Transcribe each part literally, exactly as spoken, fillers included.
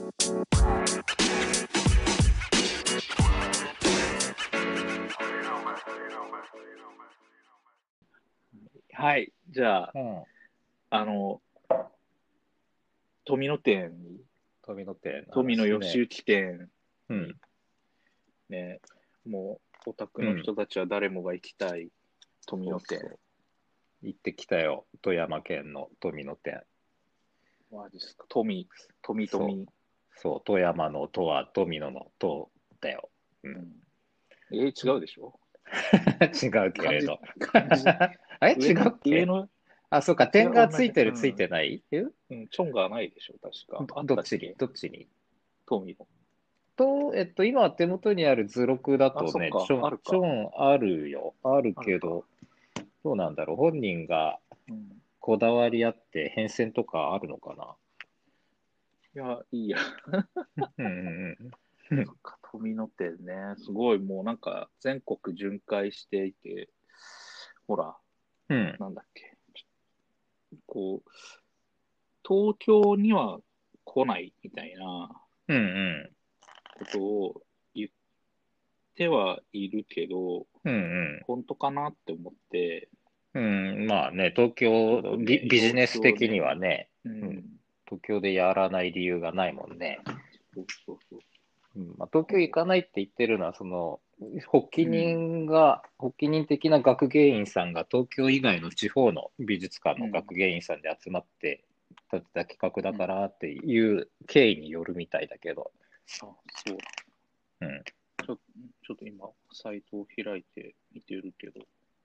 はい。じゃあ、 うん。 あの、富野店に、 富野店の富野話ね。 義行店にうん。 ね、もう、オタクうん。 の人たちは誰もが行きたい富そう野店。 そう。行ってきたよ。富山県の富野店。 マジですか。富、富そ富。 う。そう。富山のとは富野のとだよ。うん。 うん。えー違うでしょ？ 違うけ漢字、 れど。 漢字、 あれ違上の、 うっけ？ 上の、 あ、そうか。 違う、 点が同じ。 ついてる、ついうん。 てない？えうん、チョンがないでしょ、確か。 どあっどっちにたっけ？ どっちに富野。 と、えっと、今手元にある図録だあ、 とね、ちそっか、 ょん、 あるか。 ちょんあるよ。あるあるか。 けど、どうなんだろう。本人がうん。 こだわりあって変遷とかあるのかな。 いや、いいや。 うんうんうん。 そっか、富野店ね。すごい、もうなんか、全国巡回していて、ほら、 うん。 なんだっけ。こう、東京には来ないみたいなうんうことを言ってはいるけど、 ん。うん本当かなって思って、 うん。うん。まあね、東京、 ちょっとね、 ビ、ビジ様ネス的子をね、 にはね、うん、 うん、 東京でやらない理由がないもんね。 そうそうそう。 うんまあ、東京行かないって言ってるのは、その、発起うん、 人が、発起人的な学芸員さんが東京以外の地方の美術館のうん、 学芸員さんで集まって立てた企画だうん。 からっていう経緯によるみたいだけど、 あ、そうだ。 うん。 ちょ、ちょっと今、サイトを開いて見てるけど、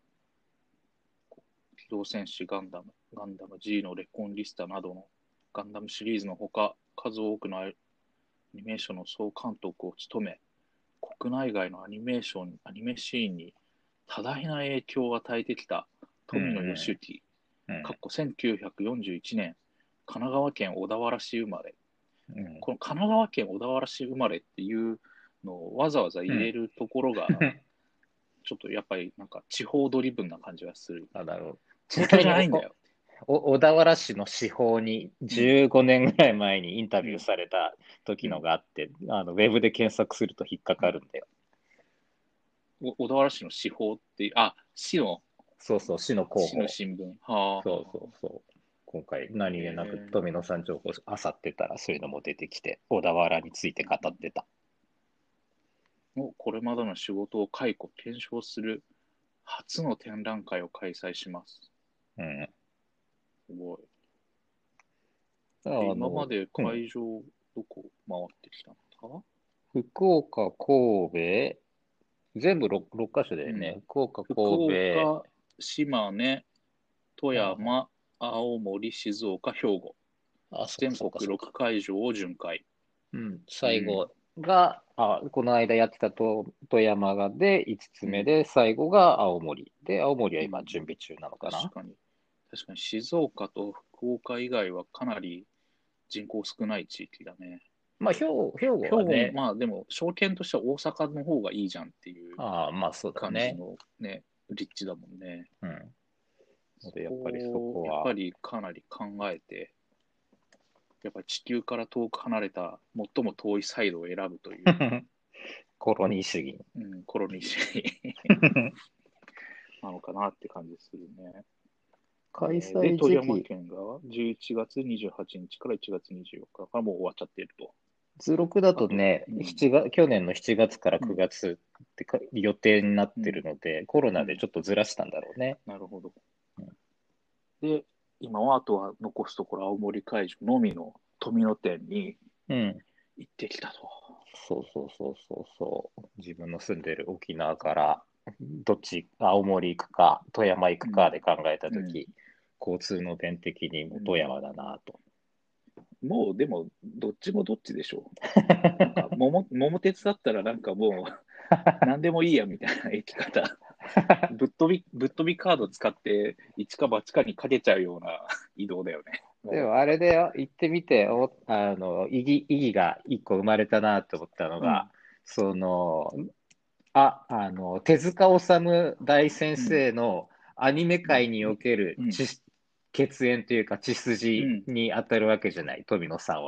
機動戦士ガンダム、ガンダム G のレコンリスタなどのガンダムシリーズのほか、数多くのアニメーションの総監督を務め、国内外のアニメーション、アニメシーンに多大な影響を与えてきたうん富野義行、 うん。 かっこせんきゅうひゃくよんじゅういちねん、神奈川県小田原市生まれ。 うん。 この神奈川県小田原市生まれっていうのをわざわざうん。 入れるところが、ちょっとやっぱりなんか地方ドリブンな感じがする。 あ、なるほど。ちな東京みにお、お、 じゃないんだよ。 お小田原市の司法にうん。 じゅうごねんぐらい前にインタビューうん。 されたうん。 時のがあって、あの、ウェブで検索すると引っかうん。 かるんだよ。 お小田原市の司法っていう、あ、市の、 そうそう、市の広市の報。 新聞。はあ、はあ、 そうはあ。 そうそう。今回何気なくえ富野さん情報あさってたらそういうのも出てきて、小田原について語ってた。 ー、をこれまでの仕事を解雇、検証する初の展覧会を開催します。 うん。 すごい。 あで、今の、 までうん。 会場、どこ回ってきたのか？ 福岡、神戸、全部 6, 6カ所だうん。 よね。福岡、 福神戸、 岡、島根、富あ山、青森、静岡、兵庫。 あ、そっか全国そっかそっか。 ろく会場を巡回。 うん。 うん。 最後が、あ、この間やってたと富山がでいつつつめうん。 で、最後が青森。で、青森はうん。 今準備中なのかな。 確かに。確かに静岡と福岡以外はかなり人口少ない地域だね。 まあ、兵庫、兵庫兵庫も、 はね、 まあでも、証券としては大阪の方がいいじゃんっていうああ、まあそうだね。 感じのね、立地だもんね。 うん。のそで、やっぱりそこを、やっぱこは、 りかなり考えて、やっぱり地球から遠く離れた最も遠いサイドを選ぶという、 コロニー主義。 うん、コロニー主義なのかなって感じするね。 開えーで、富催時期、 山県がじゅういちがつにじゅうはちにちからいちがつにじゅうよっかかからもう終わっちゃっていると。 図録だあと、 とね、 うん、 しちがつ、去年のしちがつからうん、 くがつってか予定になってるうん、 ので、コロうん、 ナでちょっとずらしたんだろうね。 なるほど。で、今はあとは残すところ青森会場のみの富野店にうん。 行ってきたと。 そうそうそうそうそう。自分の住んでる沖縄からどっち、青森行くか、富山行うん、 くかで考えたうん、 とき、交通の便的にも富うん。 山だなと。 もう、でも、どっちもどっちでしょう。なんか、桃、桃鉄だったらなんかもう、何でもいいやみたいな生き方。ぶっ飛び、ぶっ飛びカード使って、一か八かにかけちゃうような移動だよね。 でももあれで行ってみて、おあの意義、意義が一個生まれたなと思ったのう。うが、 ん、 その、あ、あの、手塚治虫大先うん、 生のアニメうん、 界におけるうん、 血、血縁というか血筋うん。 に当たるわけじゃない、富野さんは。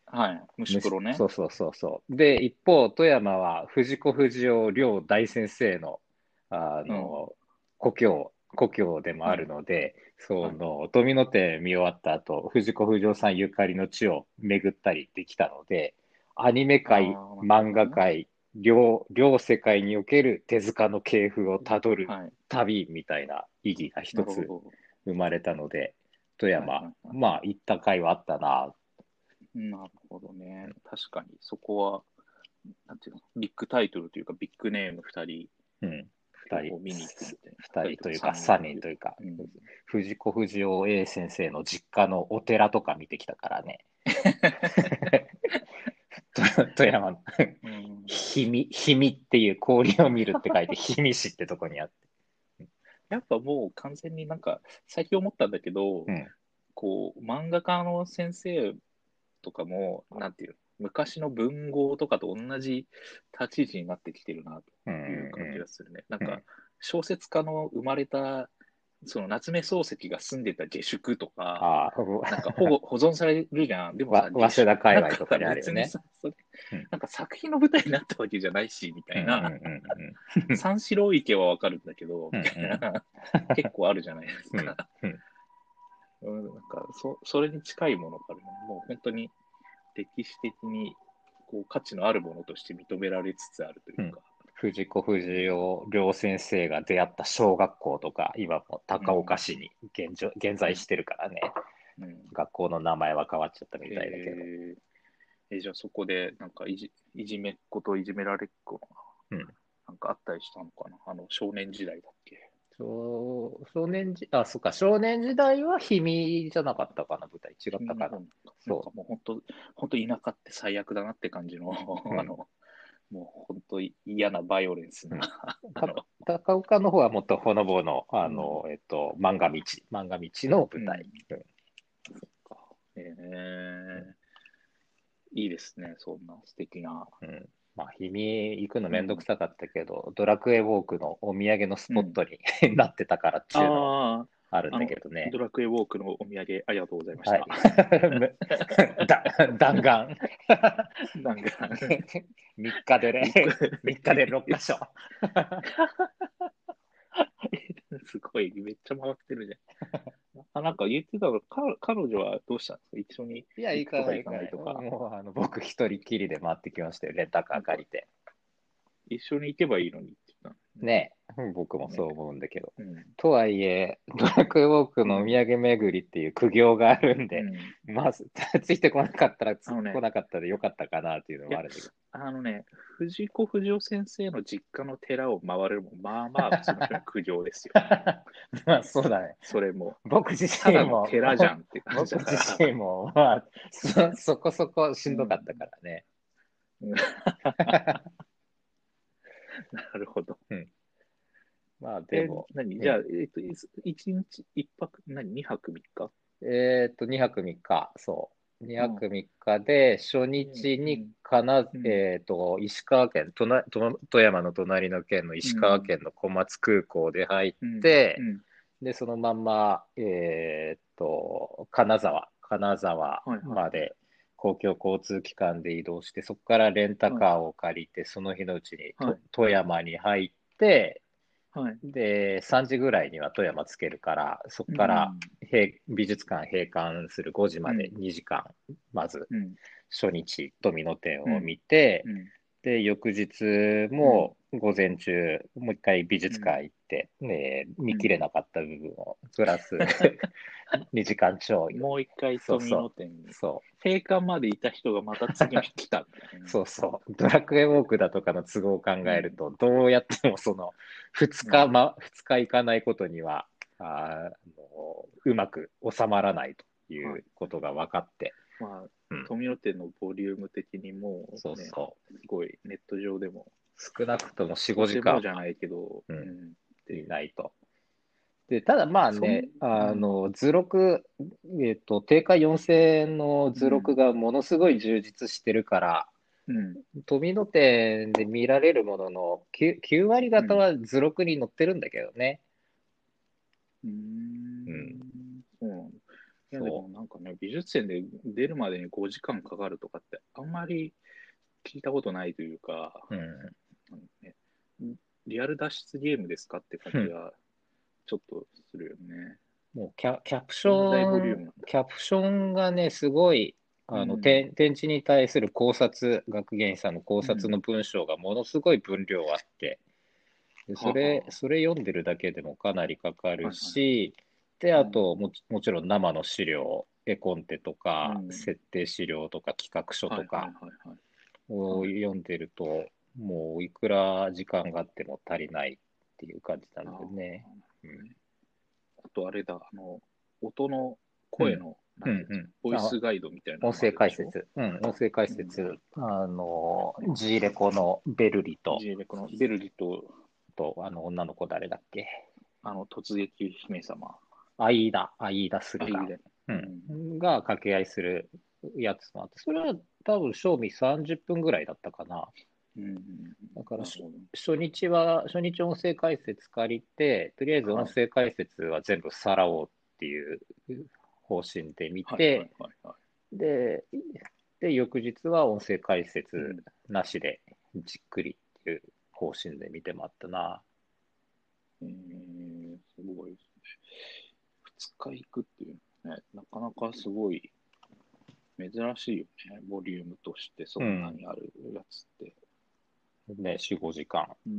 はい。虫黒ね。 そうそうそうそう。で、一方、富山は藤子不二雄両大先生の、あうん。 の、故郷、故郷でもあはい。 るので、そはい。 の、富野店見終わった後、藤子不二雄さんゆかりの地を巡ったりできたので、アニメあ界、 あ、なるほ漫どね。 画界、両、両世界における手塚の系譜をたどるはい。 旅みたいな意義が一つなるほど。 生まれたので、富はい山、 はいはい。 まあ、行った甲斐はあったな。 なるほどね。確かに、そこは、なんていうの、ビッグタイトルというか、ビッグネームふたり、 うん。二人、 両方見に行くみたいな。 二 2人とか人というかさんにん三というか。 人というか、 うん。 藤子不二雄 A 先生の実家のお寺とか見てきたからね。富山のうん、 氷見、氷見っていう氷を見るって書いて氷見市ってとこにあって。 やっぱもう完全になんか、最近思ったんだけど、 うん。 こう、漫画家の先生とかも、なんていうの、昔の文豪とかと同じ立ち位置になってきてるなうんという感じうんがするね。なんうん。 か、小説家の生まれた、その夏目漱石が住んでた下宿とか、 ああ、 なんか保護、保存されるじゃん。でもわ、 さ、下宿、 早稲田界なんかさ、 隈とかにあるよね。 別にさ、それ、 うん。 なんか作品の舞台になったわけじゃないし、みたうんういな。 んうん三四郎池はわかるんだけど、 うん。 みうんうん。 たいな。結構あるじゃないですうんか。 うん。 うん、なんか、そ、それに近いものがあるね。もう本当に歴史的にこう価値のあるものとして認められつつあるといううん。 か。 藤子不二うん。 雄両先生が出会った小学校とか、今も高うん。 岡市に現状、現うん。 在してるからね。 うん、 学校の名前は変わっちゃったみたいだけど。 えーえ、じゃあそこで、なんかいじ、いじめっ子といじめられっ子が、 うん。 なんかあったりしたのかな、あの、少年時代だっけ。 少少年時、あ、そっか、少年時代は氷見じゃなかったかな、舞台。違ったかな。 君の方なんそかもう本当、本当田舎って最悪だなって感じの、 う。うあん。 の、もう本当嫌なバイオレンスな、 うん。 あたの、 高岡の方はもっとほのぼの、あうん、 の、えっと、漫画道、漫画道の舞台。 うん、 うん。 か。えー、いいですね、そんな素敵な。 うん。まあ、氷見行くのめんどくうん、 さかったけど、ドラクエウォークのお土産のスうん。 ポットになってたからっていうのはああ、 あるんだあの、 けどね。 ドラクエウォークのお土産ありがとうございましはい。 た。 だ、弾丸。 なんかみっかで一個ね、みっかでろっかしょ。 すごい、めっちゃ回ってるじゃん。あ、なんか言ってたの、か彼女はどうしたんですか？一緒にいや、 行行かない、 くとか行か行かない。 ないとか。 もう、あの、僕一人きりで回ってきましたよ。レンタカなんか、 ー借りて。 一緒に行けばいいのにって言ったのねえ、僕もね。 そう思うんだけど。 うん。 とはいえ、ドラクエウォークのお土うん。 産巡りっていう苦行があるんで、 うん。 まず、ついてこなかったらつ、 あのね、 来なかったでよかったかなっていうのいや、 もあるんだけど。 あのね、藤子不二雄先生の実家の寺を回るのも、まあまあ普通の人に苦情ですよ。 まあ、そうだね。 それも、 僕自ただの身も、 寺じゃんって感じ僕自だから。 身も、まあ、そ、そこそこしうん。 んどかったからね。 うんなるほど。 うん。まあ、でえ、 も、 何じゃあ、 うん。 えっと、いつ一日、一泊、何二泊三日。 えっと、にはくみっか、そう。2 うん。 泊みっかで、初うん。 日にうん。 金、 うん。 えっと、石川県、とな、と富山の隣の県の石川うん。 県の小松空港で入っうん。うて、 ん。 で、そのまんま、えっと、金沢、金沢はいはいはい。 まで公共交通機関で移動して、そこからレンタはい。 カーを借りて、その日のうちにとはい。 富山に入って、 はい。 で、さんじぐらいには富山つけるから、そこうからん。 閉美術館閉館するごじまでうん。 にじかん、まずうん。 初日、富野店をうん。 見て、 うん。 で、翌日うん。 も午前中、もう一回美術うん。 館行って、ね、見切うん。 れなかった部分を、プラスにじかんちょい、 もう一回富そうそう、 野店に。 そう、 閉館までいた人がまた次の日来たみたいなね。 そうそう、ドラクエウォークだとかの都合を考うん。 えると、どうやってもその2日、 うん。 ま、ふつか行かないことには、あのうまく収まらないといはい。 うことが分かって、 まあ、 うん、 富野店のボリューム的にもうね、 そうそう、 すごいネット上でも、 少なくともよん、5 とて時間は、 もじゃないけど、 うん、 うん、っていいう。 ないと。で、ただまあそん、 ね、 うん、 あの、図録、えっと、定価よんせんえんの図録うん、 がものすごい充実してるから、 うん、 富野店で見られるものの 9, きゅう割うん。 方は図録に載ってるんだけどね。 うーうん。 ん、そうなんだ。 いや、でもそなんかね、美術展で出るまでにごじかんかかるとかって、あんまり聞いたことないというか、 う。うん。 あのね、リアル脱出ゲームですかって感うんじがちょっとするよね。 もうキャ、キャプシそんな大ボリュョン、 ームなんだ。 キャプションがね、すごい、あの、 うん。 展、展示に対する考察、学芸員さんの考うん。 察の文章がものすごい分量あって、ではあ、 それ、 はそれ読んでるだけでもかなりかかあ、 るはいはいはい。 し、で、 うん。 あともち、もちろん生の資料、絵コンテとか、 うん。 設定資料とか企画書はいはいとかはいはい。 をはい。 読んでると、もういくら時間があっても足りないっていう感じなんああ、なるだよね。うん。 ほどね。あとあれだ、あの、音のうん。 声の、なんていうんですか、 うんうん。 ボイあ、 スガイドみたいなのもあ音声るでしょ？ 解説。うん、音声解うん。 説。あの、G レコのベルリと、 ジーレコのベルリと、 と、あの、女の子誰だっけ？ あの、突撃姫様。 アイーダ、アイーダスルあ、いいガね。 ン、 うん。 うん、が掛け合いするやつもあって、それは多分、賞味さんじゅっぷんぐらいだったかな。 うん。 だから、しなるほど。 初日は、初日音声解説借りて、とりあえず音はい。 声解説は全部さらおうっていう方針で見はいはいて、 はいはい。 で、で、翌日は音声解説うん。 なしでじっくりっていう方針で見てもらったな。 えー、すごいですね。ふつか行くっていうのはね、なかなかすごい珍しいよね。ボリュームとしてそんなうん。 にあるやつって。 ね、よん、ごじかん。 うん。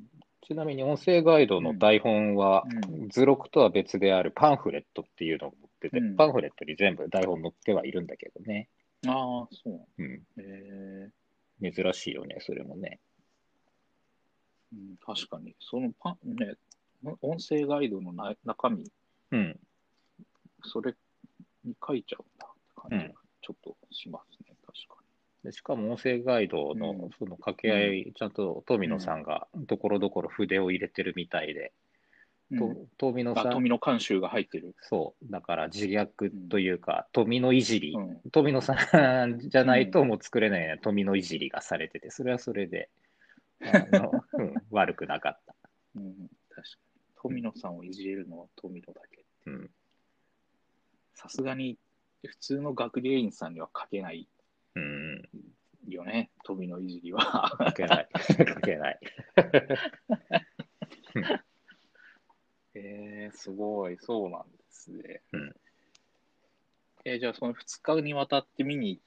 ちなみに音声ガイドうん。 の台本はうん。 図録とは別であるパンフレットっていうのを持ってて、パうん。 ンフレットに全部台本載ってはいるんだけどね。 ああ、そうなんだ。 うん。 えー、 珍しいよね、それもね。 うん、確かに。そのパン、ね、音声ガイドのな中身、 うん。 それに書いちゃうんだって感じがうん。 ちょっとしますね。確かでしかも音声ガイドに。うのん。 その掛けうん。 合い、ちゃんと富うん。 野さんがところどころ筆を入れてるみたいで、とうん。あ、 富野さん、 富の監修が入ってる。 そう、だから自虐うん。 というか、富のいじり、 うん。 富野さんじゃうん。 ないともう作れないような富のいじりがされてて、それはそれで、あの、うん、悪くなかった。 うん、確かに。 うん、 富野さんをいじれるのは富野だけ。 うん、 さすがに普通の学芸員さんには書けないうん、 よね、富野いじりは。 書けない、書けない。うん、 えー、すごい、そうなんですね。 うん、 えー、じゃあそのふつかにわたって見に行って、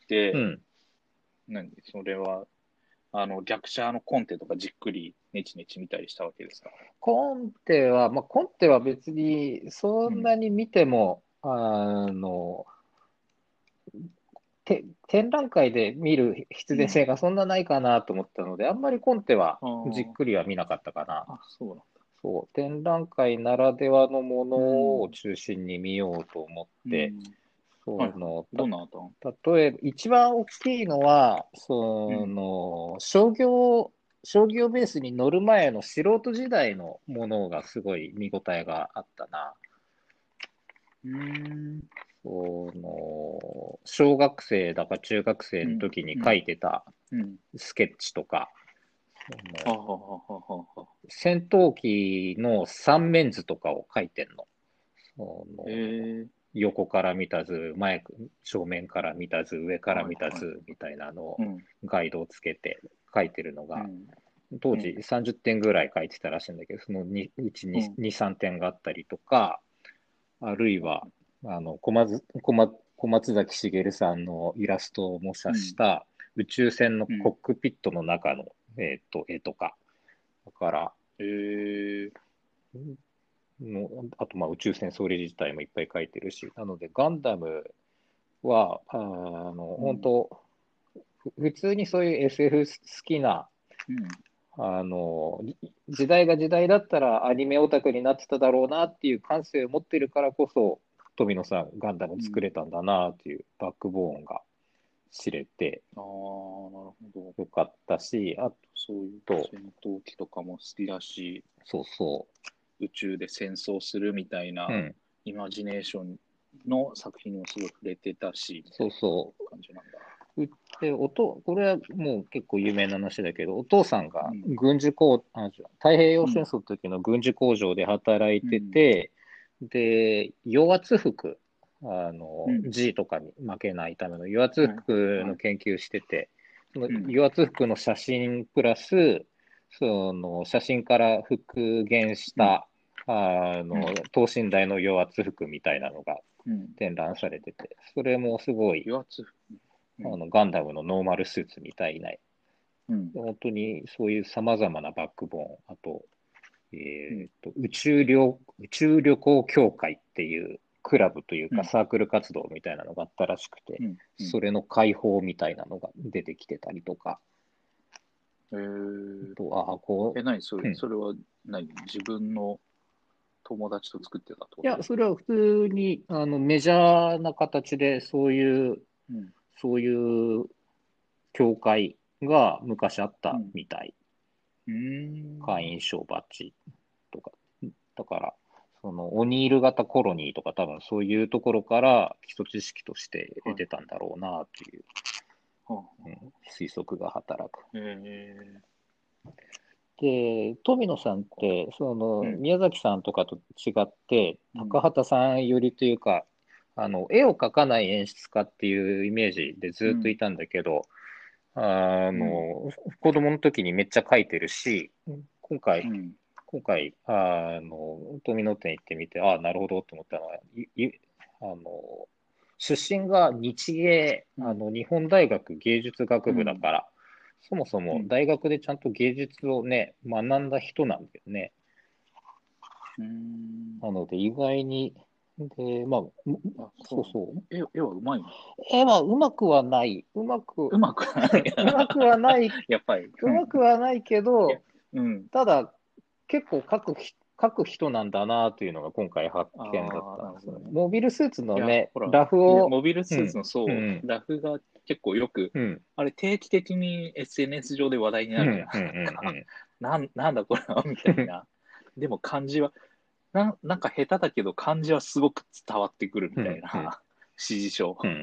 うん。 何、それは、あの、逆者のコンテとかじっくりネチネチ見たりしたわけですか？ コンテは、まあ、コンテは別にそうん。 んなに見ても、あの、て展覧会で見る必然うん。 性がそんなないかなと思ったので、あんまりコンテはじっあくりは見なかったかな。 あ、あ、そうなんだ。 そう、展覧会ならではのものうをん。 中心に見ようと思って、 うん。はいはい。 その、た、 どんなあったの？ 例えば、一番大きいのは、そうん。 の、商業、商業ベースに乗る前の素人時代のものがすごい見応えがあったな。 うーん。 その、小学生だか中学生うん。 の時に書うん。 いてたうん。 スケッチとか、そのはははははは。 戦闘機の三面図とかを書いてんの。そえのー、 横から見た図、前、正面から見た図、上から見たはいはい。 図みたいなのをうん。 ガイドをつけて書いてるのが、 うん。 当時うん。 さんじゅってんぐらい書いてたらしいんだけど、そのにうちにうん。 に、さんてんがあったりとか、あるいは、 はいはい。 あの、小松、小松、小松崎茂さんのイラストを模写うん。 した宇宙船のうん。 コックピットの中の、えっと、絵とか、だから、 えー、 のあと、まあ、宇宙船総理自体もいっぱい書いてるし、なので、ガンダムは、あの、 うん。 本当、普通にそういう エスエフ 好きな、 うん。 あの、時代が時代だったらアニメオタクになってただろうなっていう感性を持ってるからこそ、富野さん、ガンダムうん。 作れたんだなっていうバックボーンが知れてああ、なるほど。 よかったし、あそういうと、 戦闘機とかも好きだし、 そうそ宇宙で戦争するみたいう、うなん、 イマジネーションの作品もすごい触れてたし、みたそういそな感じなんだ。 う。で、おと、これはもう結構有名な話だけど、お父さんがうん。 軍事工、あ、太平洋うん。 戦争の時の軍事工場で働いてうん。 て、で、揚圧服、 あの、 うん。 G とかに負けないための油圧服の研究してて、そのうん。 油圧服の写真プラス、その写真から復元しうん。 た、あうん。 の、等身大の油圧服みたいなのがうん。 展覧されてて、それもすごい、 油圧。うん。 あの、ガンダムのノーマルスーツみたいな、 うん。 本当にそういう様々なバックボーン、あと、 うん。 えーと、宇宙旅、宇宙旅行協会っていうクラブといううん。 かサークル活動みたいなのがあったらしくて、 うん。うん。 それの解放みたいなのが出てきてたりとか、 えー、 あと、あ、こえ、何そう、 れ、 うん。いそれは何自分の友達と作ってたってこや、 と？ それは普通に、あの、メジャーな形で、そういう、 うん。 そういう協会が昔あったうん。 みたい。 うーん。 会員証バッジとか。だから、そのオニール型コロニーとか多分そういうところから基礎知識としてはい。 得てたんだろうなっていう、 はあ、 うん、推測が働く。 えー、 で、富野さんっか。 て、そのうん。 宮崎さんとかと違って、 うん。 高畑さん寄りというか、あの絵を描かない演出家っていうイメージでうん。 ずっといたんだけど、あうん。 の子供の時にめっちゃ描いてるし、今回うん。 今回、あの、富野店行ってみて、ああ、なるほどと思ったのは、いいあの、出身が日芸、 うん。 あの、日本大学芸術学部だうん。 から、そもそうん。 も大学でちゃんと芸術をね、学んだ人なんだよね。 うーん。 なので、意外に、で、まあ、むあ、 そうそう。 そう。 絵、絵はうまいの？ 絵はうまくはない。うまく、 うまくない。 うまくはない、 やっぱり。 うまくはないけいや、 ど、 うん。 ただ、結構書くひ、書く人なんだなというのが今回発見だっああ、 たんですね。 なるほどね。 モビルスーツいや、 のね、 ほら、 ラフいやを、 モビルうん、 スーツのそうん、 う、ラフが結構よく、 うん、 あれ定期的に エスエヌエス 上で話題にうん、 なるじゃん。 うん、うなんか、 ん、 なん、なんだこれはみたいな。でも漢字は、な、なんか下手だけど漢字はすごく伝わってくるみうん、 たいなうん、 指示書。 うん、うん、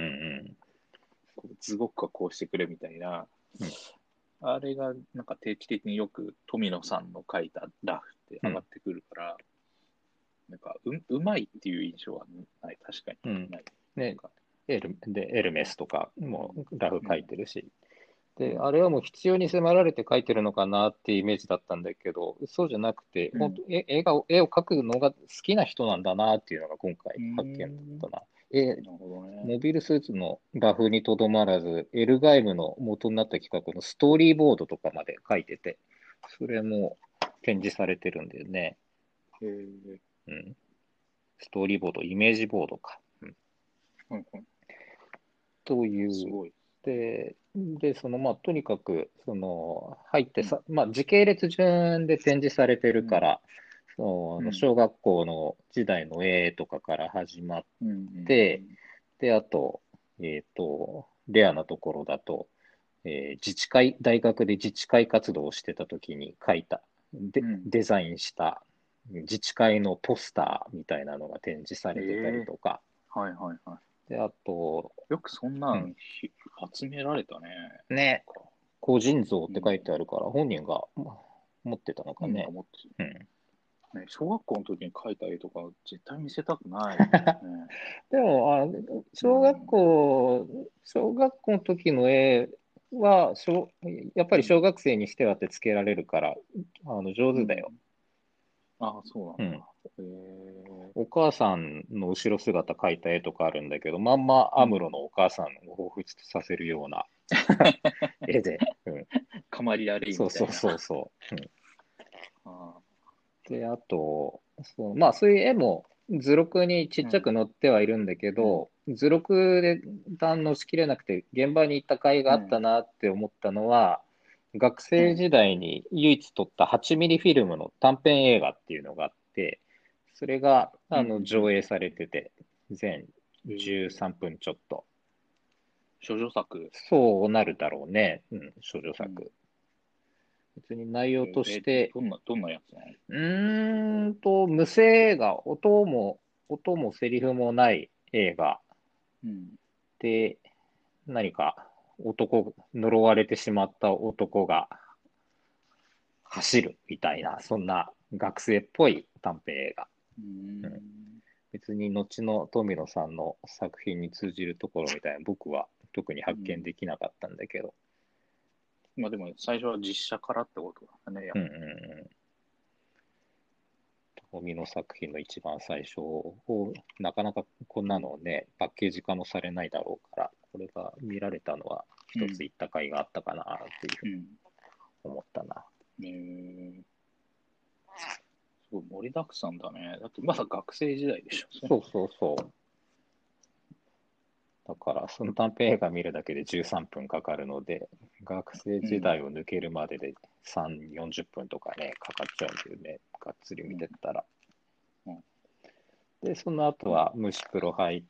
こう図獄はこうしてくれみたいな。 うん、 あれがなんか定期的によく富野さんの書いたラフってうん、 上がってくるから、なんかう、うまいっていう印象はない。確かにうん。 ない。なんね、 か、 エル、で、エルメスとかうん、 もラフ書いうん、 てるし。で、 うん、 あれはもう必要に迫られて書いてるのかなっていうイメージだったんだけど、そうじゃなくて、 うん。 本当、絵絵が、絵を描くのが好きな人なんだなっていうのが今うー回発見だっん。 たな。え、 なるほどね。 モビルスーツのラフにとどまらず、エルガイムの元になった企画のストーリーボードとかまで書いてて、それも展示されてるんだよね。 えー、 うん。ストーリーボード、イメージボードか。うん。 うんうん。 という。 すごい。 で、で、その、まあ、とにかく、その、入ってうん、 さ、まあ、時系列順で展示されてるうん、 から、その、 うん、 小学校の時代の絵とかから始まっうん、うん、 て、で、あと、えっと、レアなところだと、えー自治会、大学で自治会活動をしてた時に描いた、で、 うん。 デザインした自治会のポスターみたいなのが展示さえれてたりえとか、 ー、はいはいはで、あと、 い。よくそんなうん、 んひ集められたね。 ね、 なんか、 個人像って書いうん、 てあるから、本人がま持ってたのか本人がね。 持ってうん。 る。ね、小学校の時に描いた絵とか絶対見せたくないもんね。 でも、あ、小学うん、 校、小学校の時の絵は、小やっぱりうん、 小学生にしてはってつけられるから、あの、上手だよ。 うん。ああ、そうなんだ。 うん。 ええお母さんの後ろ姿描いた絵とかあるんだけど、まんまー、うん。 アムロのお母さんを彷彿とさせるような絵で、うん。 かまりやりそうそうみたいな。 そうそう。うん。 ああ、 で、あと、そう、まあそういう絵も図録にちっちゃうん、 く載ってはいるんだけうん、 ど、図録で堪能しきれなくて現場に行った甲斐があったうん、 なって思ったのは、学うん、 生時代に唯一撮ったはちミリフィルムの短編映画っていうのがあって、それがうん、 あのうん。 上映されてて、全えじゅうさんえぷんちょっと。 処女作。 そうなるだろうね。うん、少女うん。 作。別に内容とえーえ、 して、 どんな、どんなやつなの？ うーんと、無声映画、音も、音もセリフもない映画うん。 で、何か男、呪われてしまった男が走るみたいな、そんな学生っぽい短編映画。 うーうん、 ん。 別に後の富野さんの作品に通じるところみたいな僕は特にう発見ん。 できなかったんだけど、 まあでも最初は実写からってことだね。やっうんうんうん。富野作品の一番最初を、なかなかこんなのね、パッケージ化もされないだろうから、これが見られたのは一つうん。 いった甲斐があったかなっていうふうにうん。 思ったな。 えー、すごい盛りだくさんだね。だってまだ学生時代でしょ。それそうそうそう。だから、その短編映画見るだけでじゅうさんぷんかかるので、学生時うん。 代を抜けるまででさん、よんじゅっぷんとかね、かかっちゃうんだよね。がっつり見てったら。 うん。 で、その後うん。 は虫プロ入って、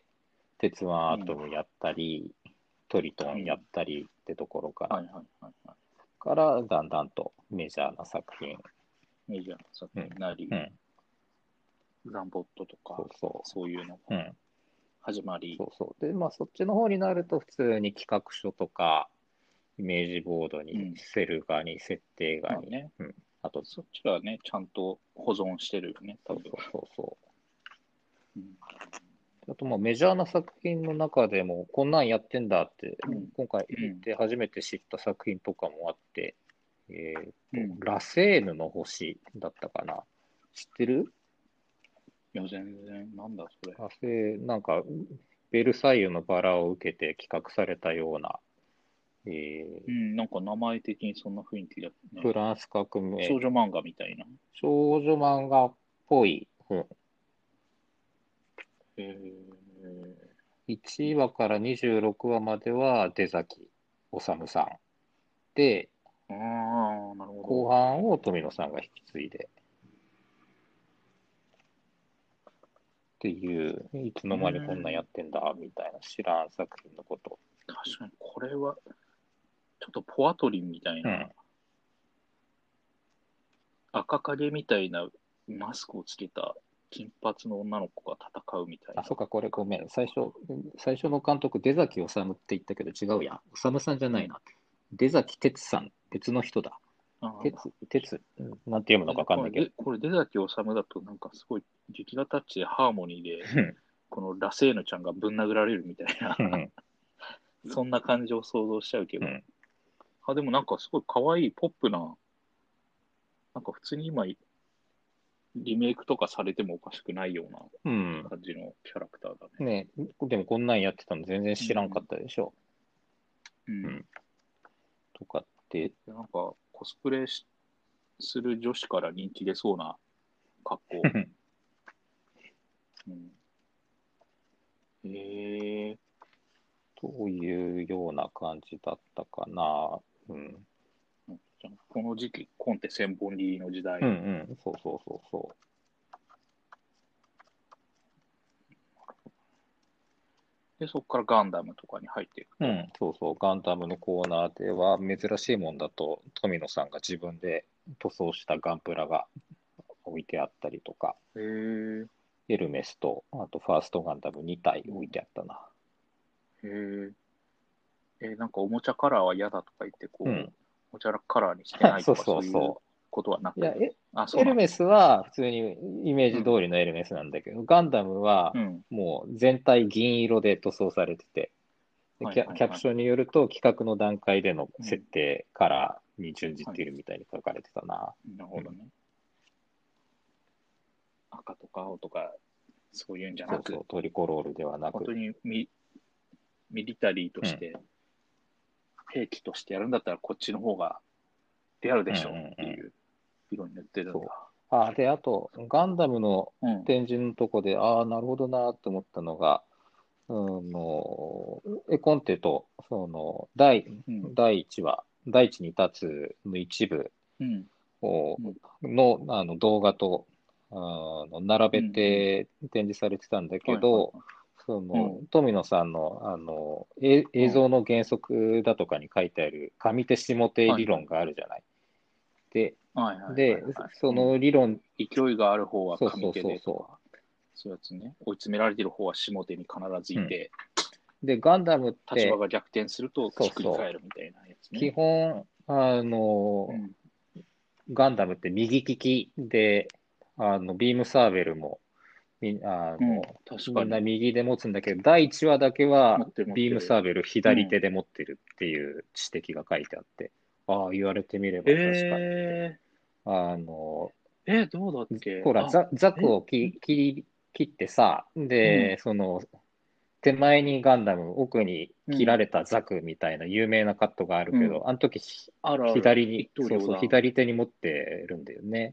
鉄腕アトうん。 ムやったり、トリトンやっうん。 たりってところから、 はいはいはいはい。 からだんだんとメジャーな作品。 メジャーな作うん、 品なり、 うん、 ランボットとか、 そうそそういうのう。うがん、 始まり、 そうそう。で、まあそっちの方になると普通に企画書とか、イメージボードに、 うん。 セル画に、設定画に、 まあね、 うん、あと、 そっちはね、ちゃんと保存してるよね、多分。 そうそうそうそうん。 う。あと、まあ、メジャーな作品の中でも、こんなんやってんだって、 うん。 今回うん。 行って初めて知った作品とかもあって、えっと、 うん。 ラセーヌの星だったかな。知ってる？ いや、全然、なんだそれ。 ラセー、なんか、ベルサイユのバラを受けて企画されたような、えーうん、なんか名前的にそんな雰囲気だね。 フランス革命、 少女漫画みたいな。 少女漫画っぽい本。 えー、 いちわからにじゅうろくわまでは出崎治さんで、 ああ、なるほど。 後半を富野さんが引き継いでっていう、いつうの間にこんなんやん、 ってんだみたいな知らん作品のこと。 確かにこれは、ちょっとポアトリンみたいな、 うん。 赤影みたいなマスクをつけた金髪の女の子が戦うみたいあ、 なそっか、これごめん。 感じだ。 最初、最初の監督、出崎治って言ったけど違うや。治さんじゃうん。 ないな。出崎哲さん、別の人だ。 ああ、 哲、哲、うんなんて読むのかえわかんないけど。 これで、これ出崎治だとなんかすごい劇画タッチでハーモニーで、 うんこのラセーヌちゃんがぶん殴られるみたいな、 うんそんな感じを想像しちゃうけど、 うんあ、でもなんかすごい可愛いポップな、なんか普通に今リメイクとかされてもおかしくないようなうん感じのキャラクターだね。 ねでもこんなんやってたの全然う知らんかっん。 たでしょ。 うん。 うん。とかって、 でなんかコスプレしする女子から人気出そうな格好。うん。えー、 というような感じだったかな。うん。 じゃあこの時期、コンテ千本木の時うんう代。 ん。そうそうそうそで、そこからガンダムとかに入っていくう。うと。 ん。そうそう。ガンダムのコーナーでは、珍しいもんだと、富野さんが自分で塗装したガンプラが置いてあったりとか、 へえー、 エルメスと、あとファーストガンダムにたい置いてあったな。 へええーなんかおもちゃカラーは嫌だとか言って、こう、 うん。 おもちゃカラーにしてないそうとか、そういうそうそことはなう。いや、 く。 え、 あ、そうなんだ。 エルメスは普通にイメーうん。 ジ通りのエルメスなんだけど、ガンダムはうん。 もう全体銀色で塗装されてて、ではいキャ、 はいはい。 キャプションによると企画の段階でのうん。 設定カラーに準じはい。 ているみたいに書かれてたな。うん。 なるほどね。赤とか青とか、そういうんじゃなく、 そうそう、トリコロールではなく。 本当にミミリタリーとうん。 して、兵器としてやるんだったらこっちの方がリアルうんうでしょんうん。 っていう色に塗ってるんだ。 そう。あ、で、あと、ガンダムのうん。 展示のとこで、ああ、なるほどなと思ったのが、あの、絵コンテと、その、第、 うん。 第一話、第一に立つの一部うん。 をうん。 の、あの動画と、あの並べうん。うん。 て展示されてたんだけはいはいど、 はい。 その、 うん。 富野さんの、あの、えうん。 映像の原則だとかに書いてある上手下手はいはい。 理論があるじゃない。で、 はいはいはいで、 はい。 そうん。 の理論、 勢いがある方はそうそう上手そうそでとか、そういうやつね。追い詰められてる方は下手に必ずう。うん。 いて、 で、ガンダムって、 立場が逆転するとひっくりそうそう。 返るみたいなやつ基ね。 本、あの、 うん。 ガンダムって右利きで、あの、ビームサーベルもみ、あうん、 の、 確かに。 みんな右で持つんだけど、だいいちわだけ持はってる持ってる。 ビームサーベル左手で持ってるっていう指摘が書いてあって、ああ、言われてみれば確かにって。 えあの、 ー、え、どうだっけほら、 あ、 ザ、ザクえ、 を切切り、切ってさ、 うん、 で、その、手前にガンダム、奥にうん。 切られたザクみたいな有名なカットがあるうん。 けど、あの時、ひあるある。 左に、 一刀そうそう、 両断。 左手に持ってるんだよね。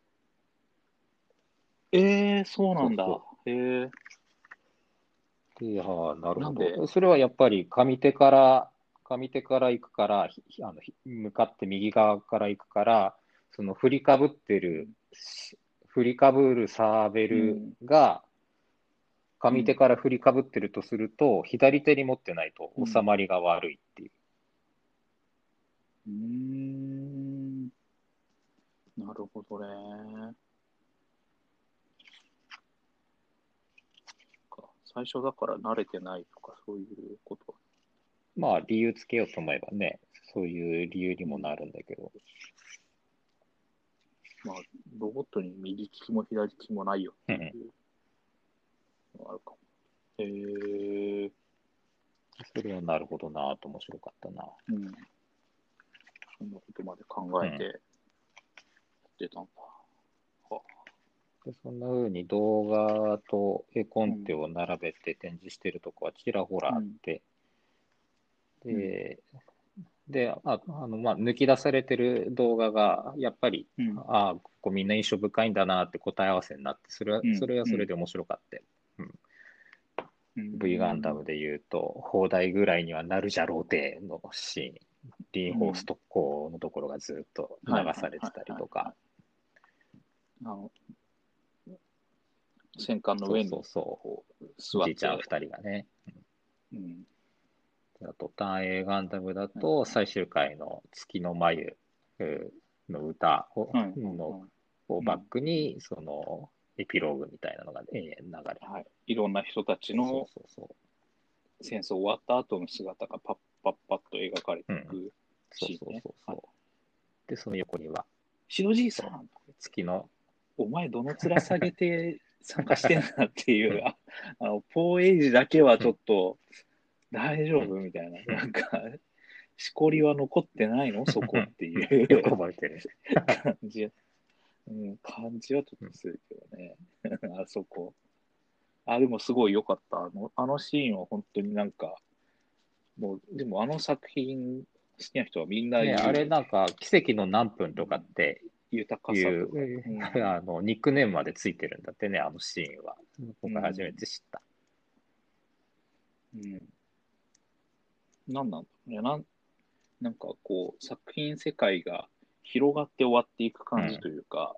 えー、そうなんだ。 そうそえー、 う。いやー、なるほなんで、 ど。それはやっぱり上手から、上手から行くから、ひあのひ向かって右側から行くから、その振りかぶってる、 うん、 し振りかぶるサーベルうん、 が、上手うん、 から振りかぶってるとすると、左手に持ってないとうん。 収まりが悪いっていう。 うーん、なるほどね。か最初だから慣れてないとか、そういうこと。 まあ、理由つけようと思えばね、そういう理由にうん。 もなるんだけど。 まあ、ロボットに右利きも左利きもないよっうん。 ていうのがあるかも。へえー、 それはなるほどなと面白かったな。 うん。そんなことまで考うん。 えてやってたんだ。は、 で、そんな風に動画と絵コうん、 ンテを並べて展示してるとこはちらほらあっうん、 て、 うん、 で、で、あ、あの、まあ、抜き出されてる動画が、やっぱり、 うん、 ああ、ここみんな印象深いんだなって答え合わせになって、それは、 うん、 それはうん、 それで面白かったよ。うん。 う V ガンダん、 ムで言うと、砲台ぐらいにはなるじゃろうてのシーン、リンホースうん。 特攻のところがずっと流はいはいされてたりはいはい、 とか、 はい。あの、戦艦のそう上にそうそこうう、 座って、 じいちゃん二人がね。 うん、 あと、単影ガンダムだはいと、最終回の月の眉の歌をはいはいのはい。 をバッうん。 クに、その、エピローグみたいなのが延々流れる。 はい。いろんな人たちそうのそうそ戦争終わった後の姿がパッパッパッと描かれう。うん。 ていくそうそうシーンね。はい。 そうそう。で、その横には、 白じいさそう、 ん、 月の、 お前どの面下げて参加してんだっていう、 うん、 あ、あの、ポーエイジだけはちょっうん、 と大丈うん、 夫みたいな。 うん。 なんか、しこりは残ってないのそこっていよくう覚えてる。 感じ。うん、感じはちょっとするけどね。あそこ。あ、でもすごい良かった。あの、あのシーンは本当になんか、もう、でもあの作品好きな人はみんなね、あ言うよね。 れなんか、奇跡の何分とかっうん、 て豊いう、 さとか。うん。 あの、ニックネームまでついてるんだってね、あのシーンは。 う僕初めん。 て知った。 うん。なんなんだろうね。なん、なんかこう、作品世界が広がって終わっていく感じうん。 というか、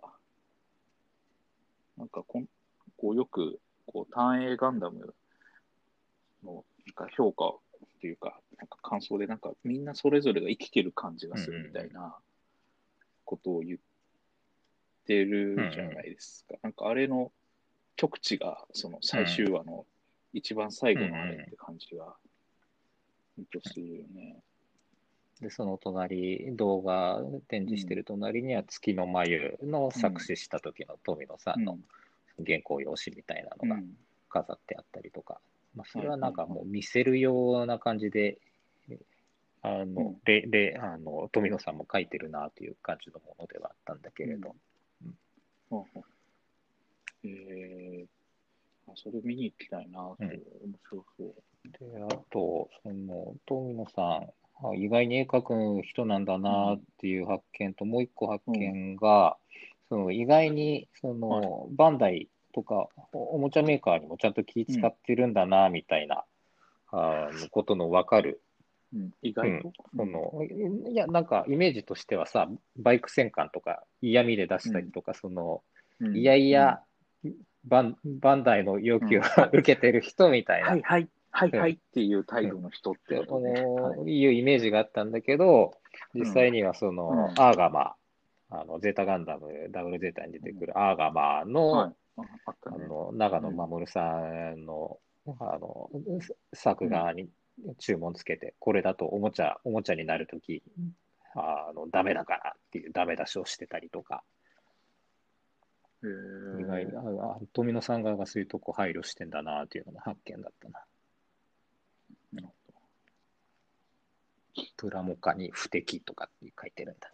なんかこん、こうよく、こう、単影ガンダムのなんか評価っていうか、なんか感想で、なんかみんなそれぞれが生きてる感じがうんうするみたいんなことを言ってうん。うるじゃなんいですか。なんかあれの極致が、その最うん。 終話の一番最うんう後のあれっん。 て感じが、ほんとするよね。 で、その隣、動画展示してうん、 る隣には月の眉のうん、 作詞した時の富野さんのうん、 原稿用紙みたいなのがうん。 飾ってあったりとか、まあ、そはい、 れはなはい、はい。 んかもう見せるような感じで、あの、 うん、 で、で、あの、富野さんも書いてるなという感じのものではあったんだけうん。 れど、うん、 ほうほう、えー、あ、それ見に行きたいなと、 うん。 面白そう。 で、あと、その、富野さん、あ意外に絵描く人なんだうん、 なっていう発見と、もう一個発うん、 見が、その意外に、そはい。 の、バンダイとか、おおもちゃメーカーにもちゃんと気うん、 使ってるんだな、みたいな、あのことのわかる。 うん、意うん。 外と、うん、 その、いや、なんか、イメージとしてはさ、バイク戦艦とか、嫌味で出うん、 したりとか、その、いうん、うん、 やいや、バン、バンダイの要求をうん。は、 受けてる人みたいな、 はい、はい、はい、 うん、 はいっていう態うん、っ度の人っててことね。はい。 いうイメージがあったんだけど、実うん、 際にはその、 うん、 アーガマ、あの、ゼータガンダム、ダブルゼータに出うん、 てくるアーガマの、 はい。あ、あったね。 あの、長野うん、 守さんの、あの、作うん、 画に注文つけて、これだとおもちゃ、おもちゃになるとき、あの、ダメだからっていうダメ出しをしてたりとか、 へ意外に、 え。 あ、あ富野さん側がそういうとこ配慮してんだなっていうのが発見だったな。 なるほプラモカに不適とかって書いてるんだ。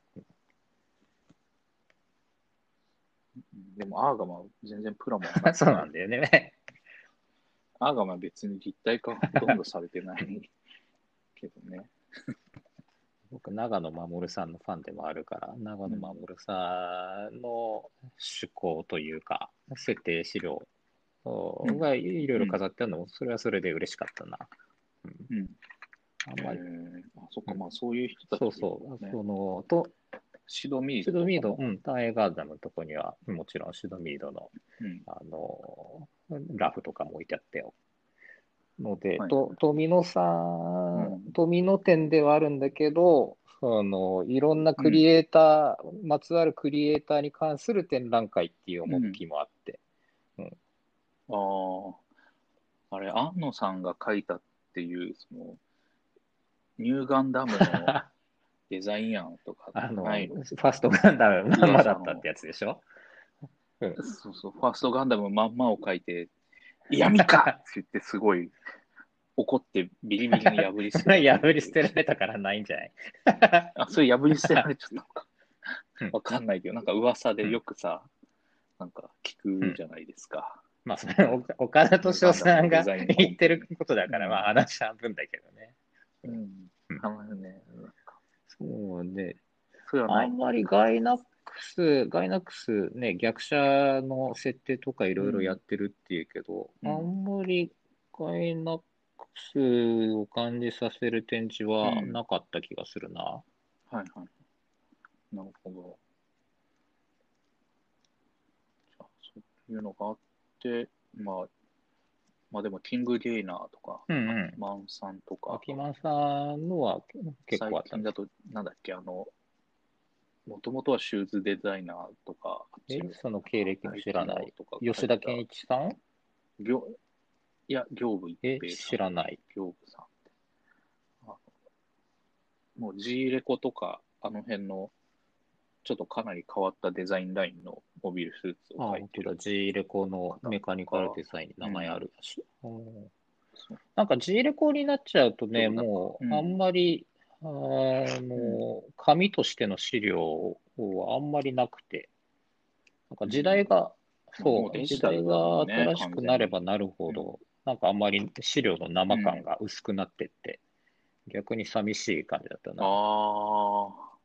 ど。でも、アーガマは全然プラモになっそうなんて、 だよね。 アーガマは別に立体化はほとんどされてないけどね。 僕、長野守さんのファンでもあるから、長野守さんの趣向というか、設定資料うん。 がいろいろうん。 飾ってあるのも、それはそれで嬉しかったな。うん、 うん。へあんまり、 え。あ、そっか、 うん、 まあそういう人たそうちもいるそう、 ね。 その、と、 シドミーシドミード、 ドとかも。 うん、タイガーダムのとこには、もちろんシドミードの、 うん。 あの、ラフとかも置いてあったよ。ので、 はい。 と、富野さん、 うん。 富野店ではあるんだけど、その、いろんなクリうん。 エイター、まつわるクリエイターに関する展覧会っていううん。 趣もあって、うん。 ああ、あれ、安野さんが書いたっていう、その、ニューガンダムのデザイン案とかあの、 ないの？ ファーストガンダムまんまだ噂の。 ったってやつでしょ？うん。 そうそう、ファーストガンダムまんまを書いて、嫌味かって言ってすごい怒ってビリビリに破り捨てられる。 破り捨てられたからないんじゃない？ あ、それ破り捨てられちゃったのか。 うん。 わかんないけど、なんか噂でうん。 よくさ、なんか聞うん。 くじゃないですか。 まあ、それ、お岡田ニュー斗司夫ガンダムのデさんがザインコ言ってるンペに。 ことだから、まあうん。 話半分だけどね。 うん。 うん。 あのね、なんか、 そうね。 それはないの？ あんまりガイナックス、ガイナックスね、逆者の設定とかいろいろやうん。 ってるっていうけど、あうん。 んまりガイナックスを感じさせる展示はうん。 なかった気がするな。 はいはい。なるほど。じゃあ、そういうのがあって、まあ、まあでも、キングゲイナーとか、 うんアうん。 キマンさんとか、 秋間さんのは結構最あったね。 近だと、なんだっけ、あの、もともとはシューズデザイナーとか、あっちえ、 の、 そのなんか、 経歴もナイキ知らない。 のとか書いた、 吉田健一さん？ 業、いや、行部一え、 平さん、 知らない。 行部さんって、あもう G レコとか、あの辺の、ちょっとかなり変わったデザインラインのモビルスーツをあ、 描いてる本当だ。G レコの方メカニカルとか、 デザインに名前あうん、 るし。うんそう、 なんか G レコになっちゃうとね、 ちょっとなんか、 もうあんうん、 まり、あうん、 の、紙としての資料はあんまりなくて、なんか時代うん、 が、 まあ、もうそう、時デジタル代がだもんね、 新しくなれ完全に。 ばなるほうん、 ど、なんかあんまり資料の生感うん。 が薄くなってって、逆に寂しい感じだったな。 ああ、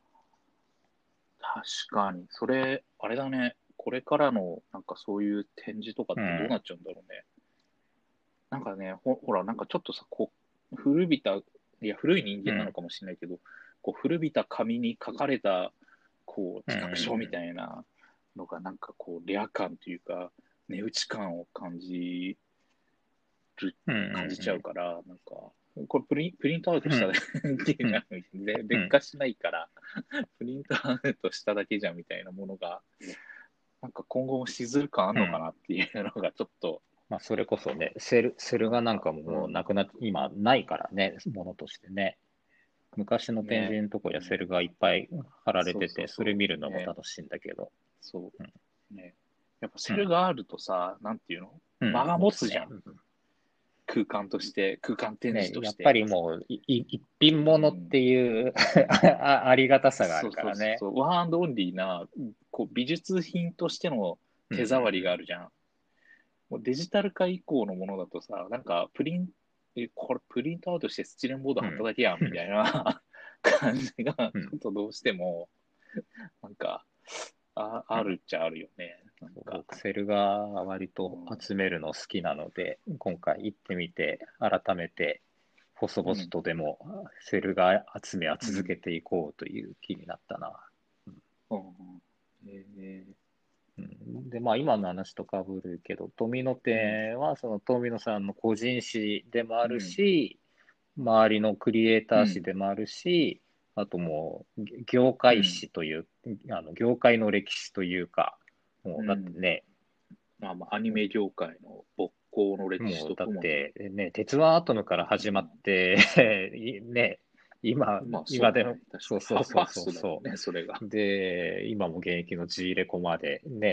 確かに。それ、あれだね。これからの、なんかそういう展示とかっうん。 てどうなっちゃうんだろうね。なんかね、ほ、ほら、なんかちょっとさ、こう、古びた、いや、古い人うん。 間なのかもしれないけど、こう、古びた紙に書かれた、こう、 うん。 企画書みうん。 たいなのが、なんかこう、レア感というか、値打ち感を感じる、 うん。 感じちゃううん。 から、なんか、これプリン、プリントアウトしただけじゃん、でうん。 劣化しないから、プリントアウトしただけじゃんみたいなものが、なんか今後もしずる感あんのかうん。 なっていうのがちょっと、 まあ、それこそね、セル、セルなんか、 画なんかもうん、 もうなくなっ、今ないからね、ものとしてね。昔の展ね、 示のとこにはセね、 ル画いっぱい貼られそうてて、そそうそれ見るう、ね、 のも楽しいんだけど。 そうん。 う、ね。やっぱセルうん。 があるとさ、なんていうのうん。 間が持つね。 持つじゃん。空間として、空間展示ね、やっぱとして。 りもう、いい一品うん。 物っていうあありがたさがあるそうからね。 そうそうそう、ワンアンドオンリーな、こう美術品としてのうん手触りがあうんるじゃん。もうデジタル化以降のものだとさ、なんかプリン、え、これプリントアウトしてスチレンボードうん。 貼っただけやんみたいな感じが、ちうん。 ょっとどうしても、なんか、あ、 うん。 あるっちゃあるよね。なんか、 僕、セル画割とうん、 集めるの好きなので、今回行ってみて、改めて、細々 うん、 とでもセル画集めはうん、 続けていこうという気になったな。 うん、えー、 うん、で、まあ今の話とかぶるけど、富野うん、 店はその富野さんの個人誌でもあるうん、 し、周りのクリエイター誌うん、 でもあるし、あともう業うん、 界誌という、あの業界の歴史というか、もうだってうん。 ね、 まあまあ、アニメ業界の勃興の歴史もうだっとともに、 てね、鉄腕アトムから始まっうていね、今、 ん、まあそうね。 今でも、そう確かに。ファ、ファーそうそうそうそストだもんね、それが。 う。で、今も現役の G レコまでね、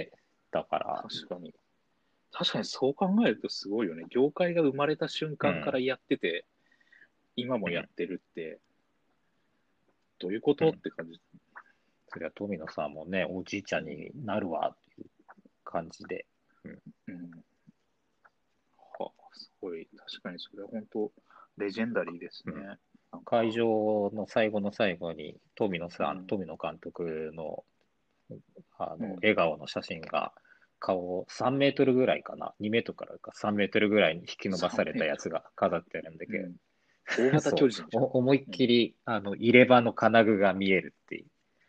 だから、 確かに。確かにそう考えるとすごいよね。業界が生まれた瞬間からやってて、今もやってるって、どういうこうん。 とって感じ。 そりゃ富野さんもね、おじいちゃんになるわっていう感じで。うん。 うん。はあ、すごい。確かにそれは本当、レジェンダリーですね。 うん。 なんか、 会場の最後の最後に、富野さん、 うん。 富野監督の、あの、 うん。 笑顔の写真が、顔さんメートルぐらいかな、にメートルからかさんメートルぐらいに引き伸ばさ 3 れたやつメートル。 が飾ってるんだけうん。大ど、 型巨そう、 人じゃん。 お思いっうん。 きり、あの、入れ歯の金具が見えるっていう。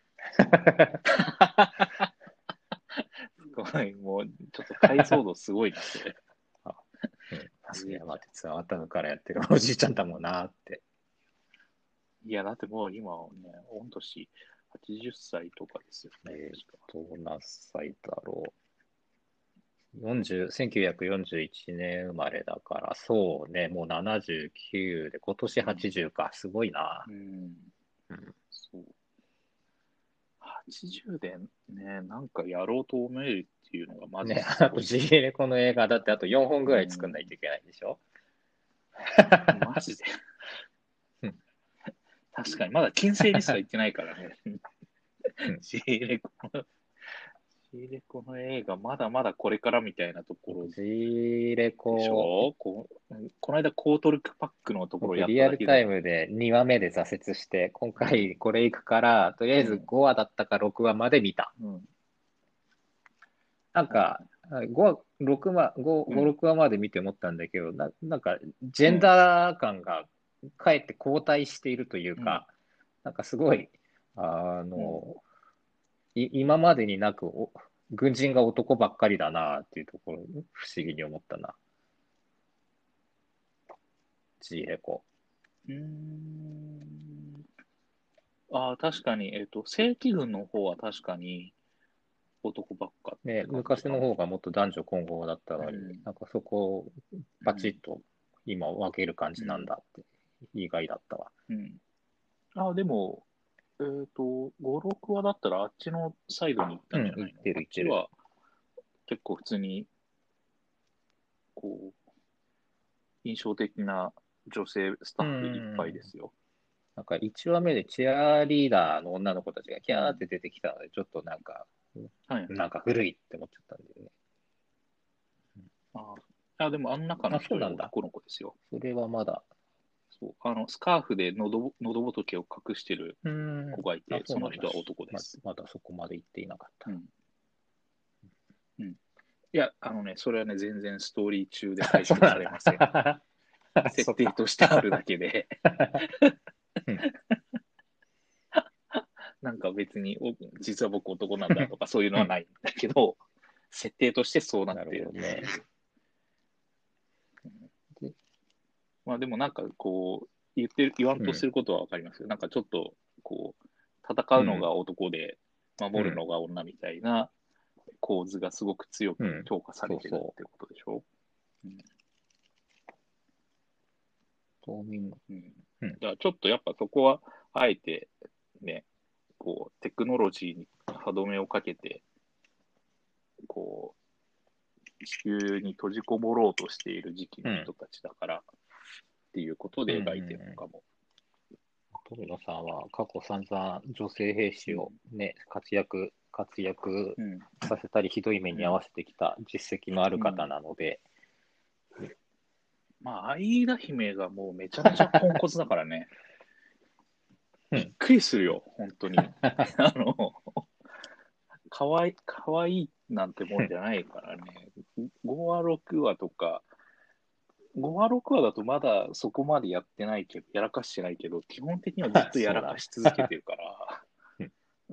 すごい。もう、ちょっと解像度すごいな、それ。 あ、うん、増山おじいちゃ哲也渡からやってるおじいちゃんだもんなって。 ん。いや、だってもう今ね、御年はちじゅっさいとかですよね、 えーっ確か。 と、何歳だろう。よんじゅう、せんきゅうひゃくよんじゅういちねん生まれだから、そうね、もうななじゅうきゅうで、今年はちじゅうか、すごいな。 うん。うん。 うん、 そう。はちじゅうでね、なんかやろうと思えるっていうのがまずね、 すあとごいよ G ね。 レコの映画だってあとよんほんぐらい作んうん。 ないといけないんでしょ？ マジで。 うん、 確かに、まだ金星にすら行ってないからね。 うん。 G レコの、G レコの映画、まだまだこれからみたいなところ G レでしコ、 ょここの間、コートルクパックのところ僕やっリアルタイただけだよ。 ムでにわめで挫折して、今うん。 回これ行くから、とりあえずうん。 ごわだったかろくわまで見た。 うん。 なんか、 はいはい。 ごわ、ろくわ、ご、ご、 うん。 ろくわまで見て思ったんだけど、な、なんか、ジェンうん。 ダー感がかえって後退しているといううん。 か、なんかすごい、あうん。 の、い今までになくお、軍人が男ばっかりだなっていうところ、不思議に思ったな。G レコ。 うーん。ああ、確かに、えっと、正規軍の方は確かに男ばっかっね、 て感じ昔かな。 の方がもっと男女混合だったのに、 うん。 なんかそこをパチうん。 ッと今分ける感じなんうん。 だって意外だったわ。 うん。あ、でも、えっと、ご、ろくわだったらあっちのサイドに行ったうん、 んじゃないの？ 言ってるあっ言ってる。 ちは結構普通に、こう、印象的な女性スタうッフいっぱいでん。 すよ。 なんかいちわめでチアリーダーの女の子たちがキうん。 ャーって出てきたので、ちょっとなんか、 はいはい。 なんか古いって思っちゃったんだよね。 ああ、でもあの中のあ、そうなんだ。 一人男の子ですよ。 それはまだ。 そう。あの、スカーフで喉、喉仏を隠してるうん。あ、 子がいて、 そうなんだ。 その人は男でま、 す。 まだそこまで行っていなかった。 うん。うん。いや、あのね、それはね、全然ストーリー中であ、 解消そうなんされません。 だ。そ設定っか。 としてあるだけで、 うん。 なんか別に、お実は僕男なんだとかそういうのはないんだけど、設定としてそうなっなるてるほどね。 っていう。 で、 まあでもなんかこう、言ってる、言わんとすうん。 ることはわかりますよ。なんかちょっと、こう、戦うん。 うのが男で、 うん。 守るのが女みたいな構図がすごく強くうん。 強化されそうそてるってことでしょ？うん。 う。島民の。 うん。だうん。 からちょっとやっぱそこは、あえてね、こう、テクノロジーに歯止めをかけて、こう、地球に閉じこもろうとしている時期うん。 の人たちだからっていうことうん。 で描いてるのうん。 かも。 富野さんは過去散々女性兵士をうん。 ね、活躍、活躍うん。 させたり、ひどい目に遭うん。 わせてきた実績のある方うん。 なので、 まあ、アイーダ姫がもうめちゃめちゃポンコツだからね。びっうん。 くりするよ、本当に。あの、かわいい、かわいいなんてもんじゃないからね。ごわ、ろくわとか、ごわ、ろくわだとまだそこまでやってないけど、やらかしてないけど、基本的にはずっとやそうだらかし続けてるから、 ね。 うん。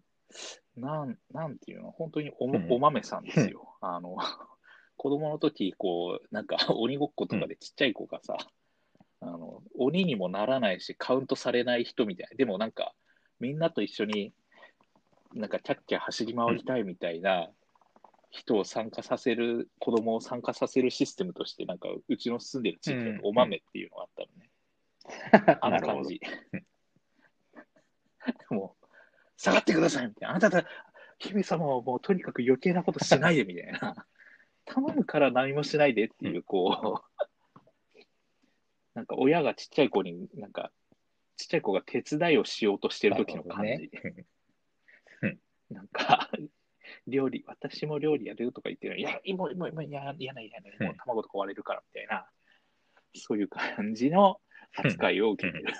なん、なんていうの、本当にお、 うん。 お豆さんでうん。 すよ。あの、子供の時、こう、なんか鬼ごっこうん。 とかでちっちゃい子がさ、あの、鬼にもならないし、カウントされない人みたいな。でもなんか、みんなと一緒になんかキャッキャ走り回りたいみたいな人を参加させる、子供を参加させるシステムとして、なんかうちの住んでる地域だとうん。 おうん。 豆っていうのがあったのね。あなるほど。 の感じ。もう、下がってくださいみたいな。あなたた、 姫様はもうとにかく余計なことしないでみたいな。頼むから何もしないでっていう、こう、なんか親がちっちゃい子に、なんか、ちっちゃい子が手伝いをしようとしてるなる時のほどね。 感じ。なんか、料理、私も料理やるとか言ってるのに、いや、もう、もう、もう、いや、やないやない、もう卵とか割れるからみたいな、そういう感じの扱いを受けてる。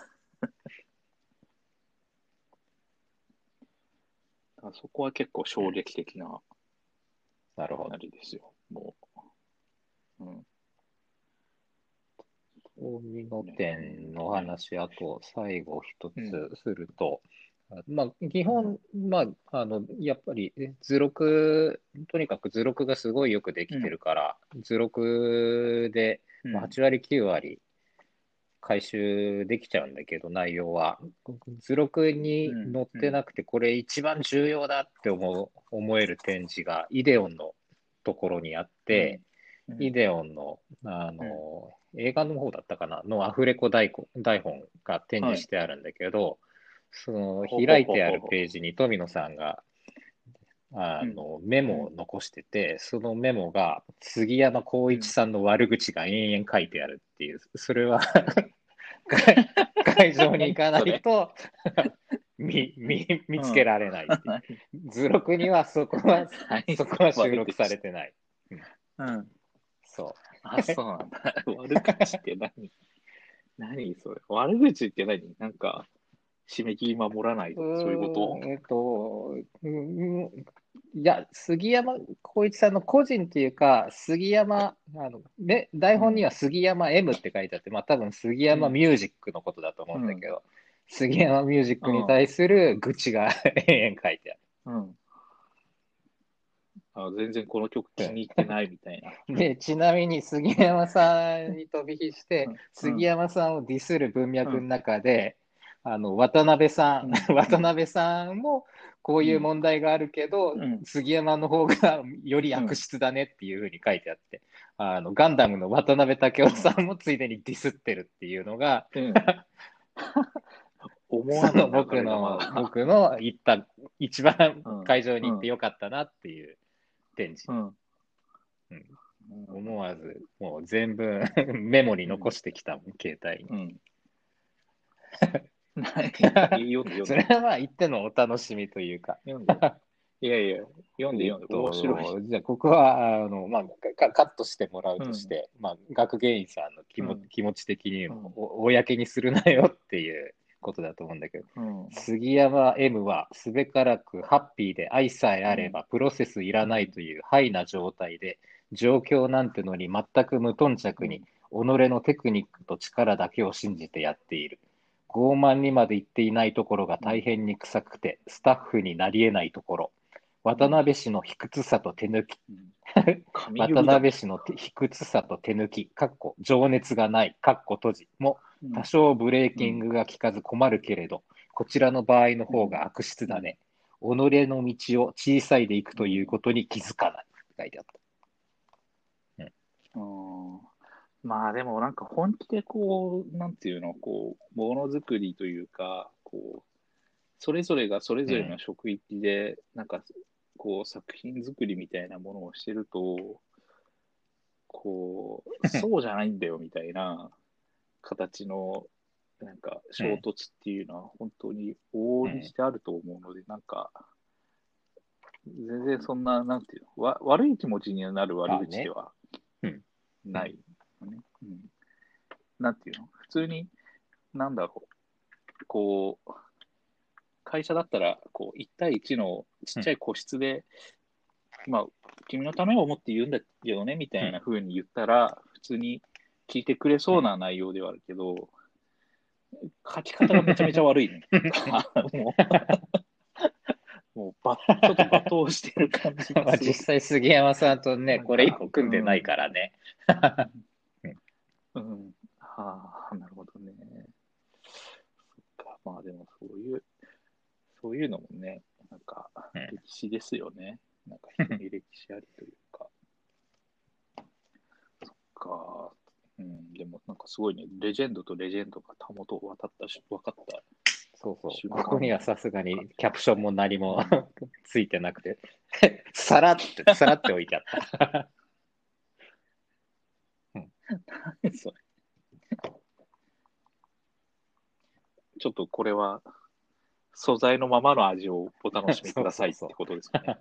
だからそこは結構衝撃的な、 なるほど。 あれですよ。もう、うん。 大のね、 点の話、あと最後一うん。 つすると、まあ、基本、まあ、あの、やっぱり図録、とにかく図録がすごいよくできてうん。 るから、図録でまあうん。 はち割、きゅう割回収できちゃうんだけど、内容は。図録にうん。 載っうん。 てなくて、これ一番重要だって思う、思える展示が、イデオンのところにあっうん。 て、 うん。 イデオンの、あうん。 の、映画の方だったかな、のアフレコ台本台本が展はい。 示してあるんだけど、そのほほ開いてあるほほほ。 ページに富野さんがあうん。 のメモをうん。 残してて、そのメモが杉山浩うん。 一さんの悪口が延々書いてあるっていう、それは会場に行かな何それ。 いと見見見うん。 つけられないっていう。図録にはそこは、 何それ。 そこは収録悪口。 されてない。うん、 うん。 そあ、そうなんだ。悪口って何？何それ。悪口って何？なんか、締め切り守らないう。 とか、そういうこと？ うーん、えっと、うん、いや、杉山浩一さんの個人っていうか、杉山、あの、ね、台本にうん。 は杉山 エム って書いてあって、まあ多分杉山うん。 ミュージックのことだと思ううん。 んだけど、杉山ミュージッうん。 クに対する愚痴が延々書いてうん。あ、全然この曲ある。 気に入ってないみたいな。 で、ちなみに杉山さんに飛び火して、 うん。う杉ん。 山さんをディスる文うん。 脈の中で、あの、渡辺さん、 うん。うん。 渡辺さんもこういううん。 問題があるけど、 うん。 杉山の方がより悪うん。 質だねっていうふうに書いてあって、あの、ガンダムの渡辺武雄うん。 さんもついでにディスってるっていうのが、 うん。思わぬその流れだ、ま僕の、 だ。 僕の言った、一番うん。 会場に行ってうん。 よかったなっていう展示。 うん。 うん、 うん。 思わず、もう全部メモにうん。 残してきたもん、携帯に。 うん。何か、読んで読んで。 それはまあ言ってのお楽しみというか。 読んで。いやいや、読んでえっ読んで。面白い。 と、じゃあここは、あの、まあ、カカットしてもらううん。 として、まあ、学芸員さんの気もうん。 気持ち的にも、 うん。 お公にするなよっていうことだと思うんだけど、 うん。 杉山 エム はすべからくハッピーで愛さえあうん。 ればプロセスいらうん。 ないというハイな状態で、状況なんてのに全く無頓着に、 うん。 己のテクニックと力だけを信じてやっている。傲慢にまで言っていないところがうん。 大変に臭くて、スタッフになり得ないところ。渡うん。 辺氏の卑屈さと手抜き、 うん。神渡指だね。 辺氏の卑屈さと手抜き、かっこ情熱がない、かっこ閉じも、 うん。 多少ブレーうん。 キングが効かず困るけれど、こちらの場合のうん。 方が悪質うん。 だね。己の道を小さいでいくといううん。 ことに気づかない。書いてあった。 うん。まあでもなんか本気でこう、なんていうの、こう、ものづくりというか、こう、それぞれがそれうん。 ぞれの職域で、なんか、こう、作品作りみたいなものをしてると、こう、そうじゃないんだよみたいな形の、なんか、 うん。 衝突っていうのは本当に往うん。 々にしてあると思うので、なんか、全然そんな、なんていうの、わ悪い気持ちになる悪まあね。 口ではうん。うん。 ないよね。うん。なんていうの、普通に、なんだろう、こう、会社だったら、こう、いち対いちのちっうん。 ちゃい個室で、まあ、君のためを思って言うんだけどね、みたうん。 いな風に言ったら、普通に聞いてくれうん。 そうな内容ではあるけど、書き方がめちゃめちゃ悪いね。なんか、もう、もうば、ちょっと罵倒してる感じがまあすごい。 実際杉山さんとね、これ一なんか、う個組んでないん、 からね。うん。 うん、はあ、なるほどね。そっか、まあでもそういう、そういうのもね、なんか、 うん。 歴史ですよね。なんか人に歴史ありというか。か、うん、でもなんかすごいね、レジェンドとレジェンドがたもと渡ったし、分かったそうそう。 瞬ここには間さすがにキャプションも何もついてなくて、さらって、さらって置いてあった。 何それ。ちょっとこれは素材のままの味をお楽しみくださいってことですかね。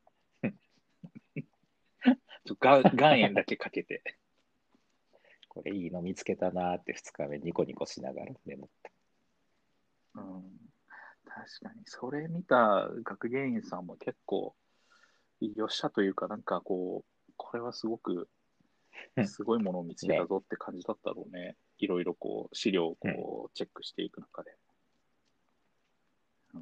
ちょが岩塩だけかけて。 これいいの見つけたなーってふつかめニコニコしながらメモった。 うん、確かに、それ見た学芸員さんも結構、よっしゃというか、なんかこう、これはすごく、すごいものを見つけたね。 ぞって感じだったろうね。いろいろこう、資料をうん。 こう、チェックしていく中で。うん、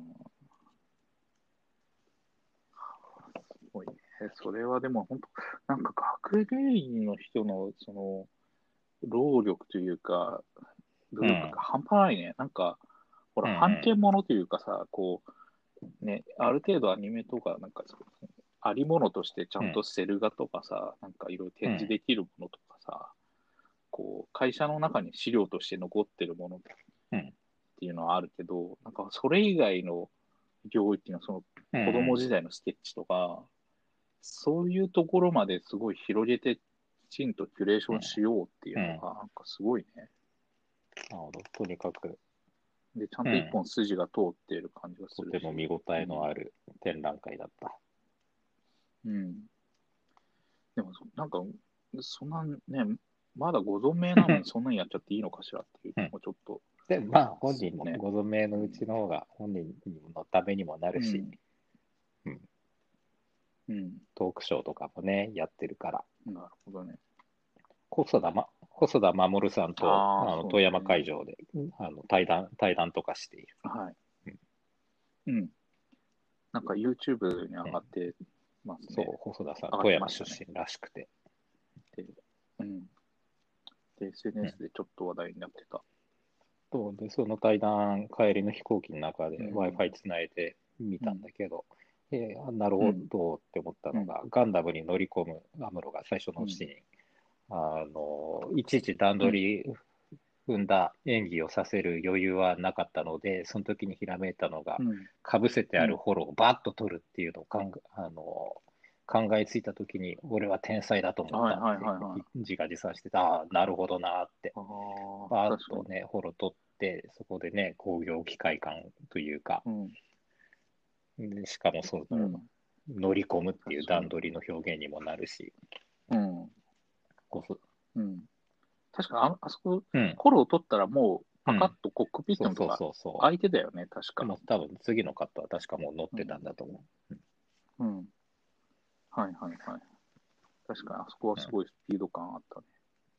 すごいね。それはでも本当、なんか学芸員の人の、その、労力というか、努うん。 力が半端ないね。なんか、ほら、 うん。う版ん。 権ものというかさ、こう、ね、ある程度アニメとか、なんかそう、ありものとしてちゃんとうん。 セル画とかさ、なんかいろいろ展示うん。 できるものとかさ、こう、会社の中に資料として残ってるものっうん。 ていうのはあるけど、なんかそれ以外の領域のそのうん。 子供時代のスケッチとか、そういうところまですごい広げて、きちんとキュレーションしようっていううん。 のが、なんかすごいね。 なるほど。とにかく、 で、ちゃんと一うん。 本筋が通っている感じがすとるし。 ても見応えのうん。 ある展覧会だった。 うん。でも、なんか、そんなね、まだご存命なのにそんなにやっちゃっていいのかしらっていう気うん。 もちょっとで、まあ、本人もするね。 ご存命のうちうん。 の方が本人のためにもなるし、 うん。 うん、 うん。 トークショーとかもね、やってるから、 なるほどね。 細田、ま、細田守さんとああ、 あの富山そうね。 会場であの対談、対談とかしている。 はい。 うん。 うん。なんか YouTube に上うん、 がってますね。 そう、細田さん、 上がっ富てましたね。 山出身らしくて。 で、うん。で、 うん。 エスエヌエス でちょっと話題になってた。 とで、その対談、帰りの飛行機の中でうん。 Wi-Fi つないで見たんうん。 だけど、えーなるほうん。 どって思ったうん。 のが、ガンダムに乗り込むアムロが最初うん。 のシーン、あの、いちいち段うん。 取り踏んだ演技をさせる余裕はなかったので、その時にひらめいたのが、 うん。 かぶせてあるうん。 フォローをバッと取るっていうのをかんあの考えついた時に、俺は天才だと思っはいはいたってはいはい。 自画自賛してた、ああ、なるほどなって、 ああ、 バーッ確かに。 とね、フォロー取って、そこでね、工業機械感というか、 うん。 しかもそのうん。 乗り込むっていう確かに。 段取りの表現にもなるし、 うん。 こそ、 うん。確かあ、あそこ、 うん、 フォロー取ったらもう、パカッうん、 とコックピッそうそうトのとかそうそ開いてたよね、確う。でか。 も多分次のカットは確かもう乗ってたうん。 んだと思う。 うん。はいはいはい。確かに、あそこはうん。 すごいスピード感あったね。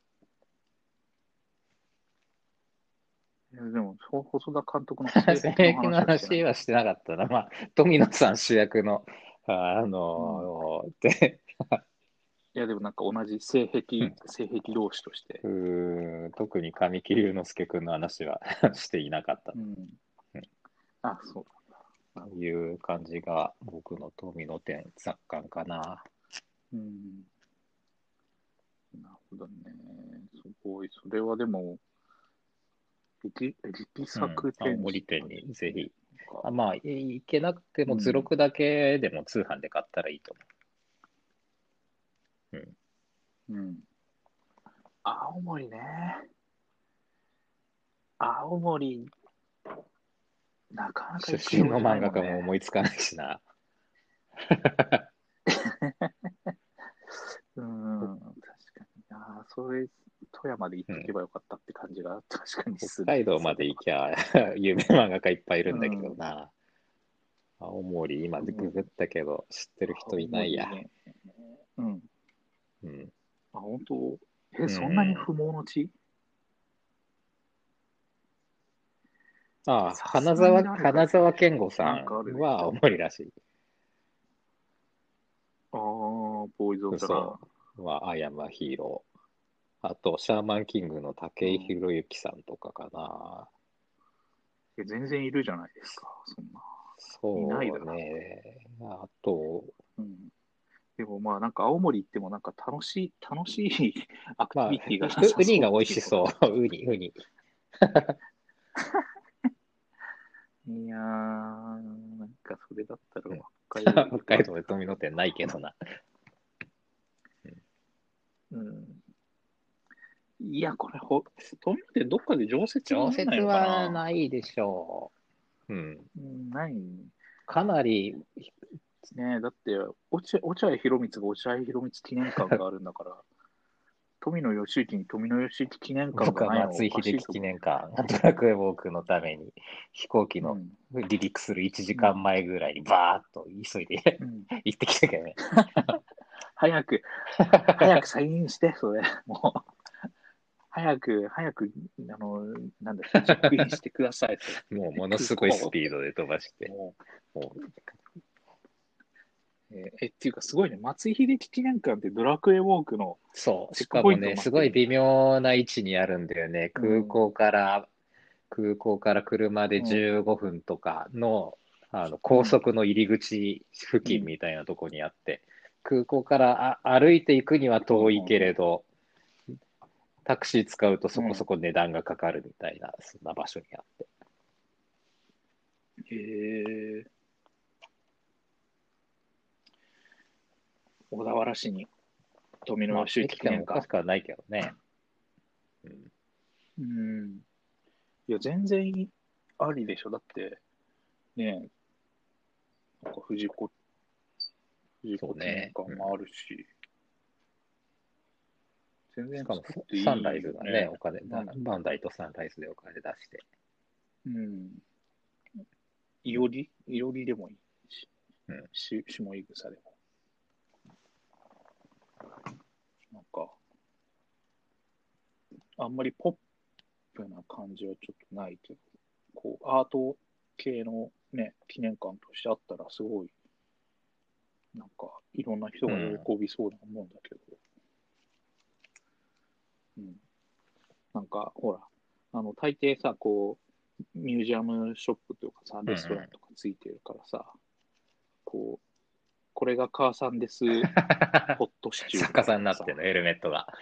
いやでも、そう細田監督の性性癖の癖の話はしてない。 話はしてなかったな。まあ、富野さん主役の、あうん。 ので、 いや、でもなんか同じ性癖、 うん、 性癖同士として。 うーん、特に神木隆之介君の話はしていなかった。 うん。 うん、 あ、そうなんだ。なるほという感じが僕の富野展雑感かな。 ど。うん。なるほどね。すごい。それはでも、力力うん、 作青展示って感じ森店にですね。 ぜひ。 なんか、 あ、まあ、いけなくても図うん。 録だけでも通販で買ったらいいと思う。 うん。青森ね。青森、なかなか出行く用事な身の漫いもんね。 画家も思いつかないしな。 うん、確かにな。それ、富山で行っうん、 とけばよかったって感じが確かに北する。 海道まで行きゃ有名漫画家いっぱいいるんだけうん。 どな。青森、今うん。 ググったけど、知ってる人青いないや。 森ね。うん。 うん。 あ、本当。え、 うんそんなにうん。 不毛の地？ ああ、 さすがに花沢、 誰か、 花沢健吾さなんかあるんは青でしょ。 森らしい。 ああ、ボーイズ・オブ・ザ・ラン。 そう。は、アイアム・ア・ヒーロー。あと、シャーマンキングの武井うん。 宏之さんとかかな。 え、全然いるじゃないですか。そんな。いないだそうろね。あと、 う。うん。でもまあなんか青森行ってもなんか楽しい、楽しいアクティまあ、 ビティがなうさそうっウニが美味ていうのが。 しそう。ウニ、ウニ。 いやー、なんかそれだったらうん北海道北海道で富野店ないけどな。 うん。いや、これほ、富野ってどっかで常設に常なんないのか設はな。 ないでしょう。うん。 うん、ない。 かなり、 ねえ、だって、落合、落合博満が落合博満記念館があるんだから、富野義行に富野義行記念館僕はがないのはお松井秀喜かしいと思記念館、ドラクエウォークのために飛行機う。うのん。 離陸する1 うん。 時間前ぐらいにバーッと急いでうん。 行ってきたけどね。 早く、早くサインして、それ。もう、早く、早く、あの、なんだっけ、チェックインしてください、それ。 もうもの空すごいス港。 ピードで飛ばして、 ももうう、えーえっていうか、すごいね。松井秀喜記念館ってドラクエウォークのそう、しチェックポイントかもね、 になってるの。 すごい微妙な位置にあるんだよね。 うん。 空港から、空港から車でうん。 じゅうごふんとかの、あの高うん。 速の入り口付うん。 近みたいなとこにあって、空港からあ歩いていくにはうん。 遠いけれど、タクシー使うとそこそうん。 こ値段がかかるみたいな、そんな場所にあって。 へえ。小田原市に富野まあ、 義行できても記念館。 おかしくはないけどね。うん、 うん。いや、全然ありでしょ。だって、ね、なんか藤子、藤子記念そうね。うん、 館もあるし、全然しかも作ってサンラいいイズがね、 よね。 お金だ、 なん、 バンダイとサンライズでお金出して。 うん。いうん、 おりいおりでもいいし、 うん、 し下井草でも。なんか、あんまりポップな感じはちょっとないけど、こう、アート系のね、記念館としてあったら、すごい、なんか、いろんな人がうん喜びそうなもんだけど、うん。なんか、ほら、あの、大抵さ、こう、ミュージアムショップとかさ、 うんうレストランん。 とかついてるからさ、こう、これが母さんです、ホットシチューみ逆さたいなさ、 になってんの、ヘルメットが。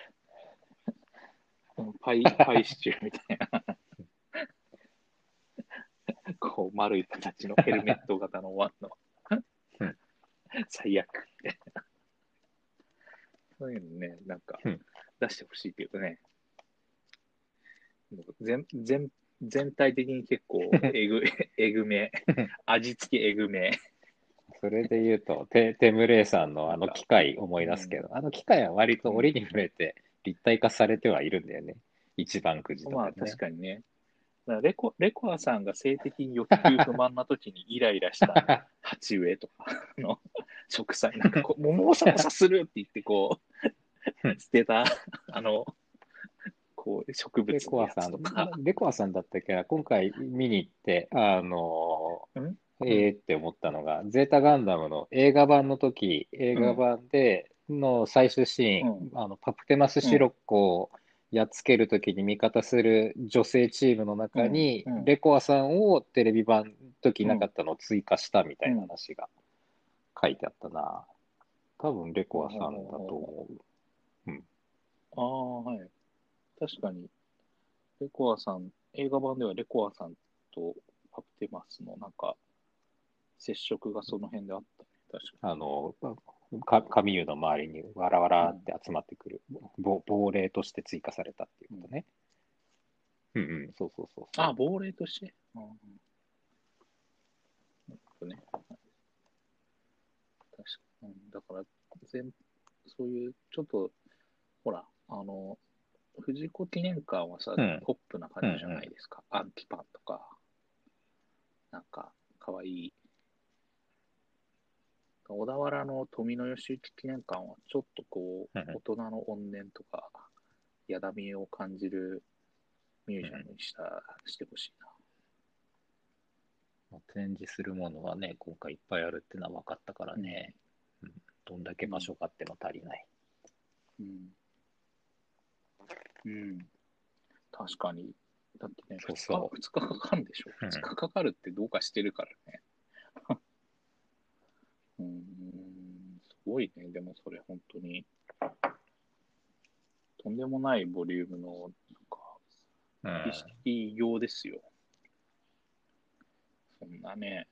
パイ、パイシチューみたいな、こう、丸い形のヘルメット型のワンの、 うん、 最悪。そういうのね、なんか、 うん、 出してほしいけどね、全、全、全体的に結構、えぐ、えぐめ、味付けえぐめ、 それで言うと、テ、テムレイさんのあのなんか、 機械思うん、 い出すけど、あの機械は割うん。 と折に触れて立体化されてはいるんだよね。一番くじとまあ、 かでね。 確かにね、レコ、レコアさんが性的に欲求不満な時にイライラした鉢植えとかの植栽、なんかこう、もうもさもさするって言ってこう、捨てた、あの、こう、植レ物のやコアさん、 つとか、 レコアさんだったっけな、今回見に行って、あの、 うんうん、 えーって思ったのが、ゼータガンダムの映画版の時、映画うん、 版での最終シうん、 ーン、あのパプテマス・うん、 シロッコをやっつける時に味方する女性チームのうん、 中に、 うん、 レコアさんをテレビ版の時うん、 なかったのを追加したみたいなうん。 話が書いてあったな。多分レほうコアさんだとほうほうほ思う。うん。 う。ああ、はい。確かに、レコアさん、映画版ではレコアさんとパプテマスのなんか、接触がその辺であったね。確かあの、か神湯の周りにわらわに。うらっん、 て集まってくる、ぼ亡霊として追加されたっていううん。 ことね。うんうん、そうそうそうあ、 そ亡霊として。うん、なるほどね。確かに。うん、だから、全、そういう、ちょっと、ほら、あの、藤子記念館はさ、 う。うん、 ポップなうん、 感じじゃないうん。 ですか。アンキパンとか、なんか、かわいい。小田原の富野義行記念館は、ちょっとこう、 うん、 大人の怨念とか、やだみを感じるミューうん。 ジアムにした、してほしいな。 展示するものはね、今回いっぱいあるってのは分かったからうん、 ね。うん、どんだけうん、 場所があっても足りない。 うん、うん。確かに。だってね、2日、 そうそ二日かかるんでしょ？ う。うにん、 日かかるってどうかしてるからね。うーん、すごいね。でもそれ本当に、とんでもないボリュームの、なんか、儀うん。 式用ですよ。 そんなね。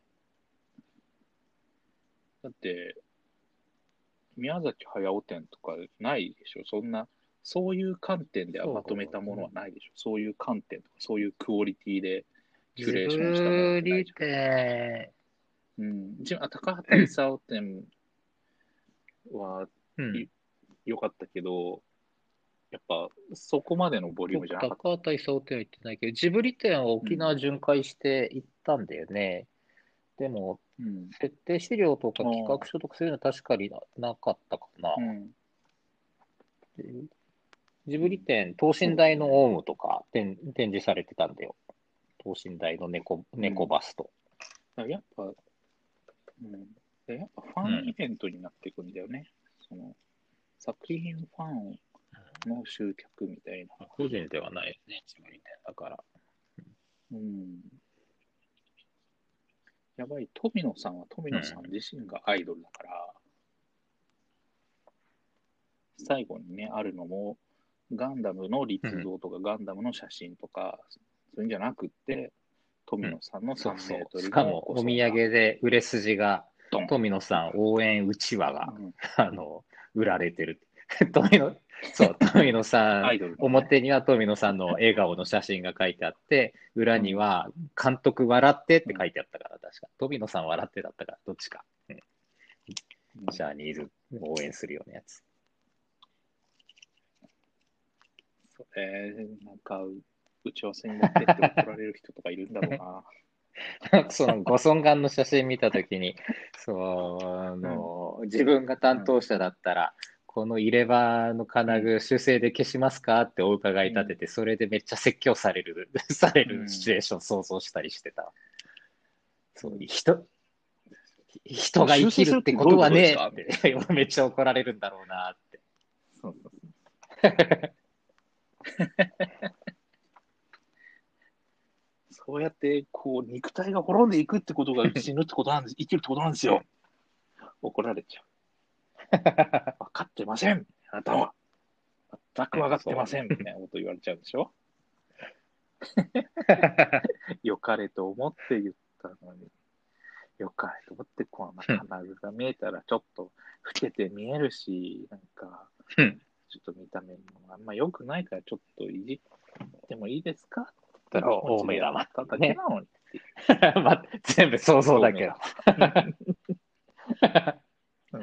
だって、宮崎駿展とかないでしょ。そんな、そういう観点ではまとめたものはないでしょ。そういう観点とか、そういうクオリティでキュジレーションしたものっブリてないじ展、 ゃん。うん。一応、あ高畑勲展はうん。 い良かったけど、やっぱそこまでのボリュームじ僕、 ゃなかった。 高畑勲展は行ってないけど、ジブリ展はうん。 沖縄巡回して行ったんだよね。でも、 うん。 設定資料とかあ企画あ。 書とかそういうのは確かにな、なかったかな。 うん。 でジブリうん。 展、等身そうね。 大のオウムとか展、展示されてたんだよ。等身大の猫、 うん。 猫バスと。 だからやっぱ、うん。でやっぱファンイうん。 ベントになっていくんだよね。その作品ファンの集客みたいな。 個人ではないよね、ジブリ展だから。 うん。やばい、富野さんは富うん。 野さん自身がアイドルだから、最後にね、あるのも、ガンダムのうん。 立像とか、ガンダムの写真とか、そういうんじゃなくって、富うん。 野さんの3メーそうそう。 トルのしかも、お土ご尊が、 産で売れ筋が、 ドン。 富野さん応援うちわが、 うん、 あの、売られてる。富野、そう、富野さん、 アイドルのね。 表には富野さんの笑顔の写真が書いてあって、裏うん。 には、監督笑ってっうん。 て書いてあったから、確か。富野さん笑ってだったから、どっちか。うん、 うん、 ジャニーズ応援するようなやつ。 それ、なんか、打ち合わせに持ってって怒られる人とかいるんだろうな。 そのご尊顔の写真見たときに、そう、あうん。 の、自分が担うん。 当者だったら、この入れ歯の金うん。 具修正で消しますかってお伺いうん。 立てて、それでめっちゃ説教される、されうん。 るシチュエーション想像したりしてた。そう、 うん。 人、人が生修正きるってするってどういうこことはねとですかみたいってめっちゃ怒られるんだろうなって。 な。そうそうそう。そうやって、こう、肉体が滅んでいくってことが死ぬってことなんです。生きるってことなんですよ。怒られちゃう。分かってません。あなたは。全く分かってまそせん。みたいなこと言われちゃうんでしょ。良かれと思って言ったのに。良かれと思って、この金具が見えたらちょっと老けて見えるし、なんか、 う。 ちょっと見た目もあんま良くないからちょっといじってもいいですかってそいう気の大持ちでやっ目玉ただけね。 なのにっていう。 まあ、全部想像だけど。 大目玉。うん、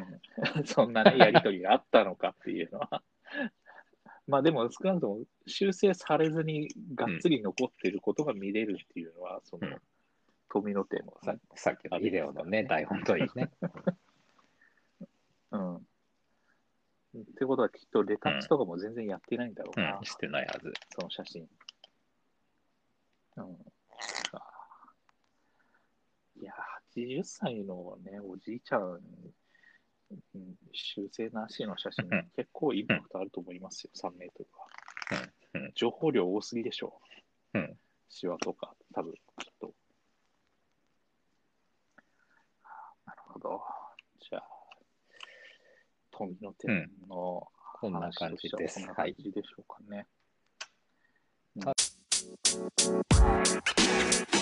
そんなね、やりとりがあったのかっていうのは。まあでも少なくとも修正されずにがっうん、 つり残っていることが見れるっていうのは、そのうん。 富野店のさ、 ね、 さっきのあれイデオのね、 ですからね。 台本通りね。 うん。ってことはきっとレタッチうん、 とかも全然やってないんだろうな、 うん、してないはず。 その写真。うん。いや、はちじゅっさいのね、おじいちゃん、うん、修正なしの写真、 うん、 結構インうん、 パクトあると思いますよ、さんメートルは。 うん、 情報量多すぎでしょうん、 う、シワとか、多分きっと。なるほど。じゃあ、富野店うん。 のこんな感話としてはじです。 こんな感はい。 じでしょうかね。うん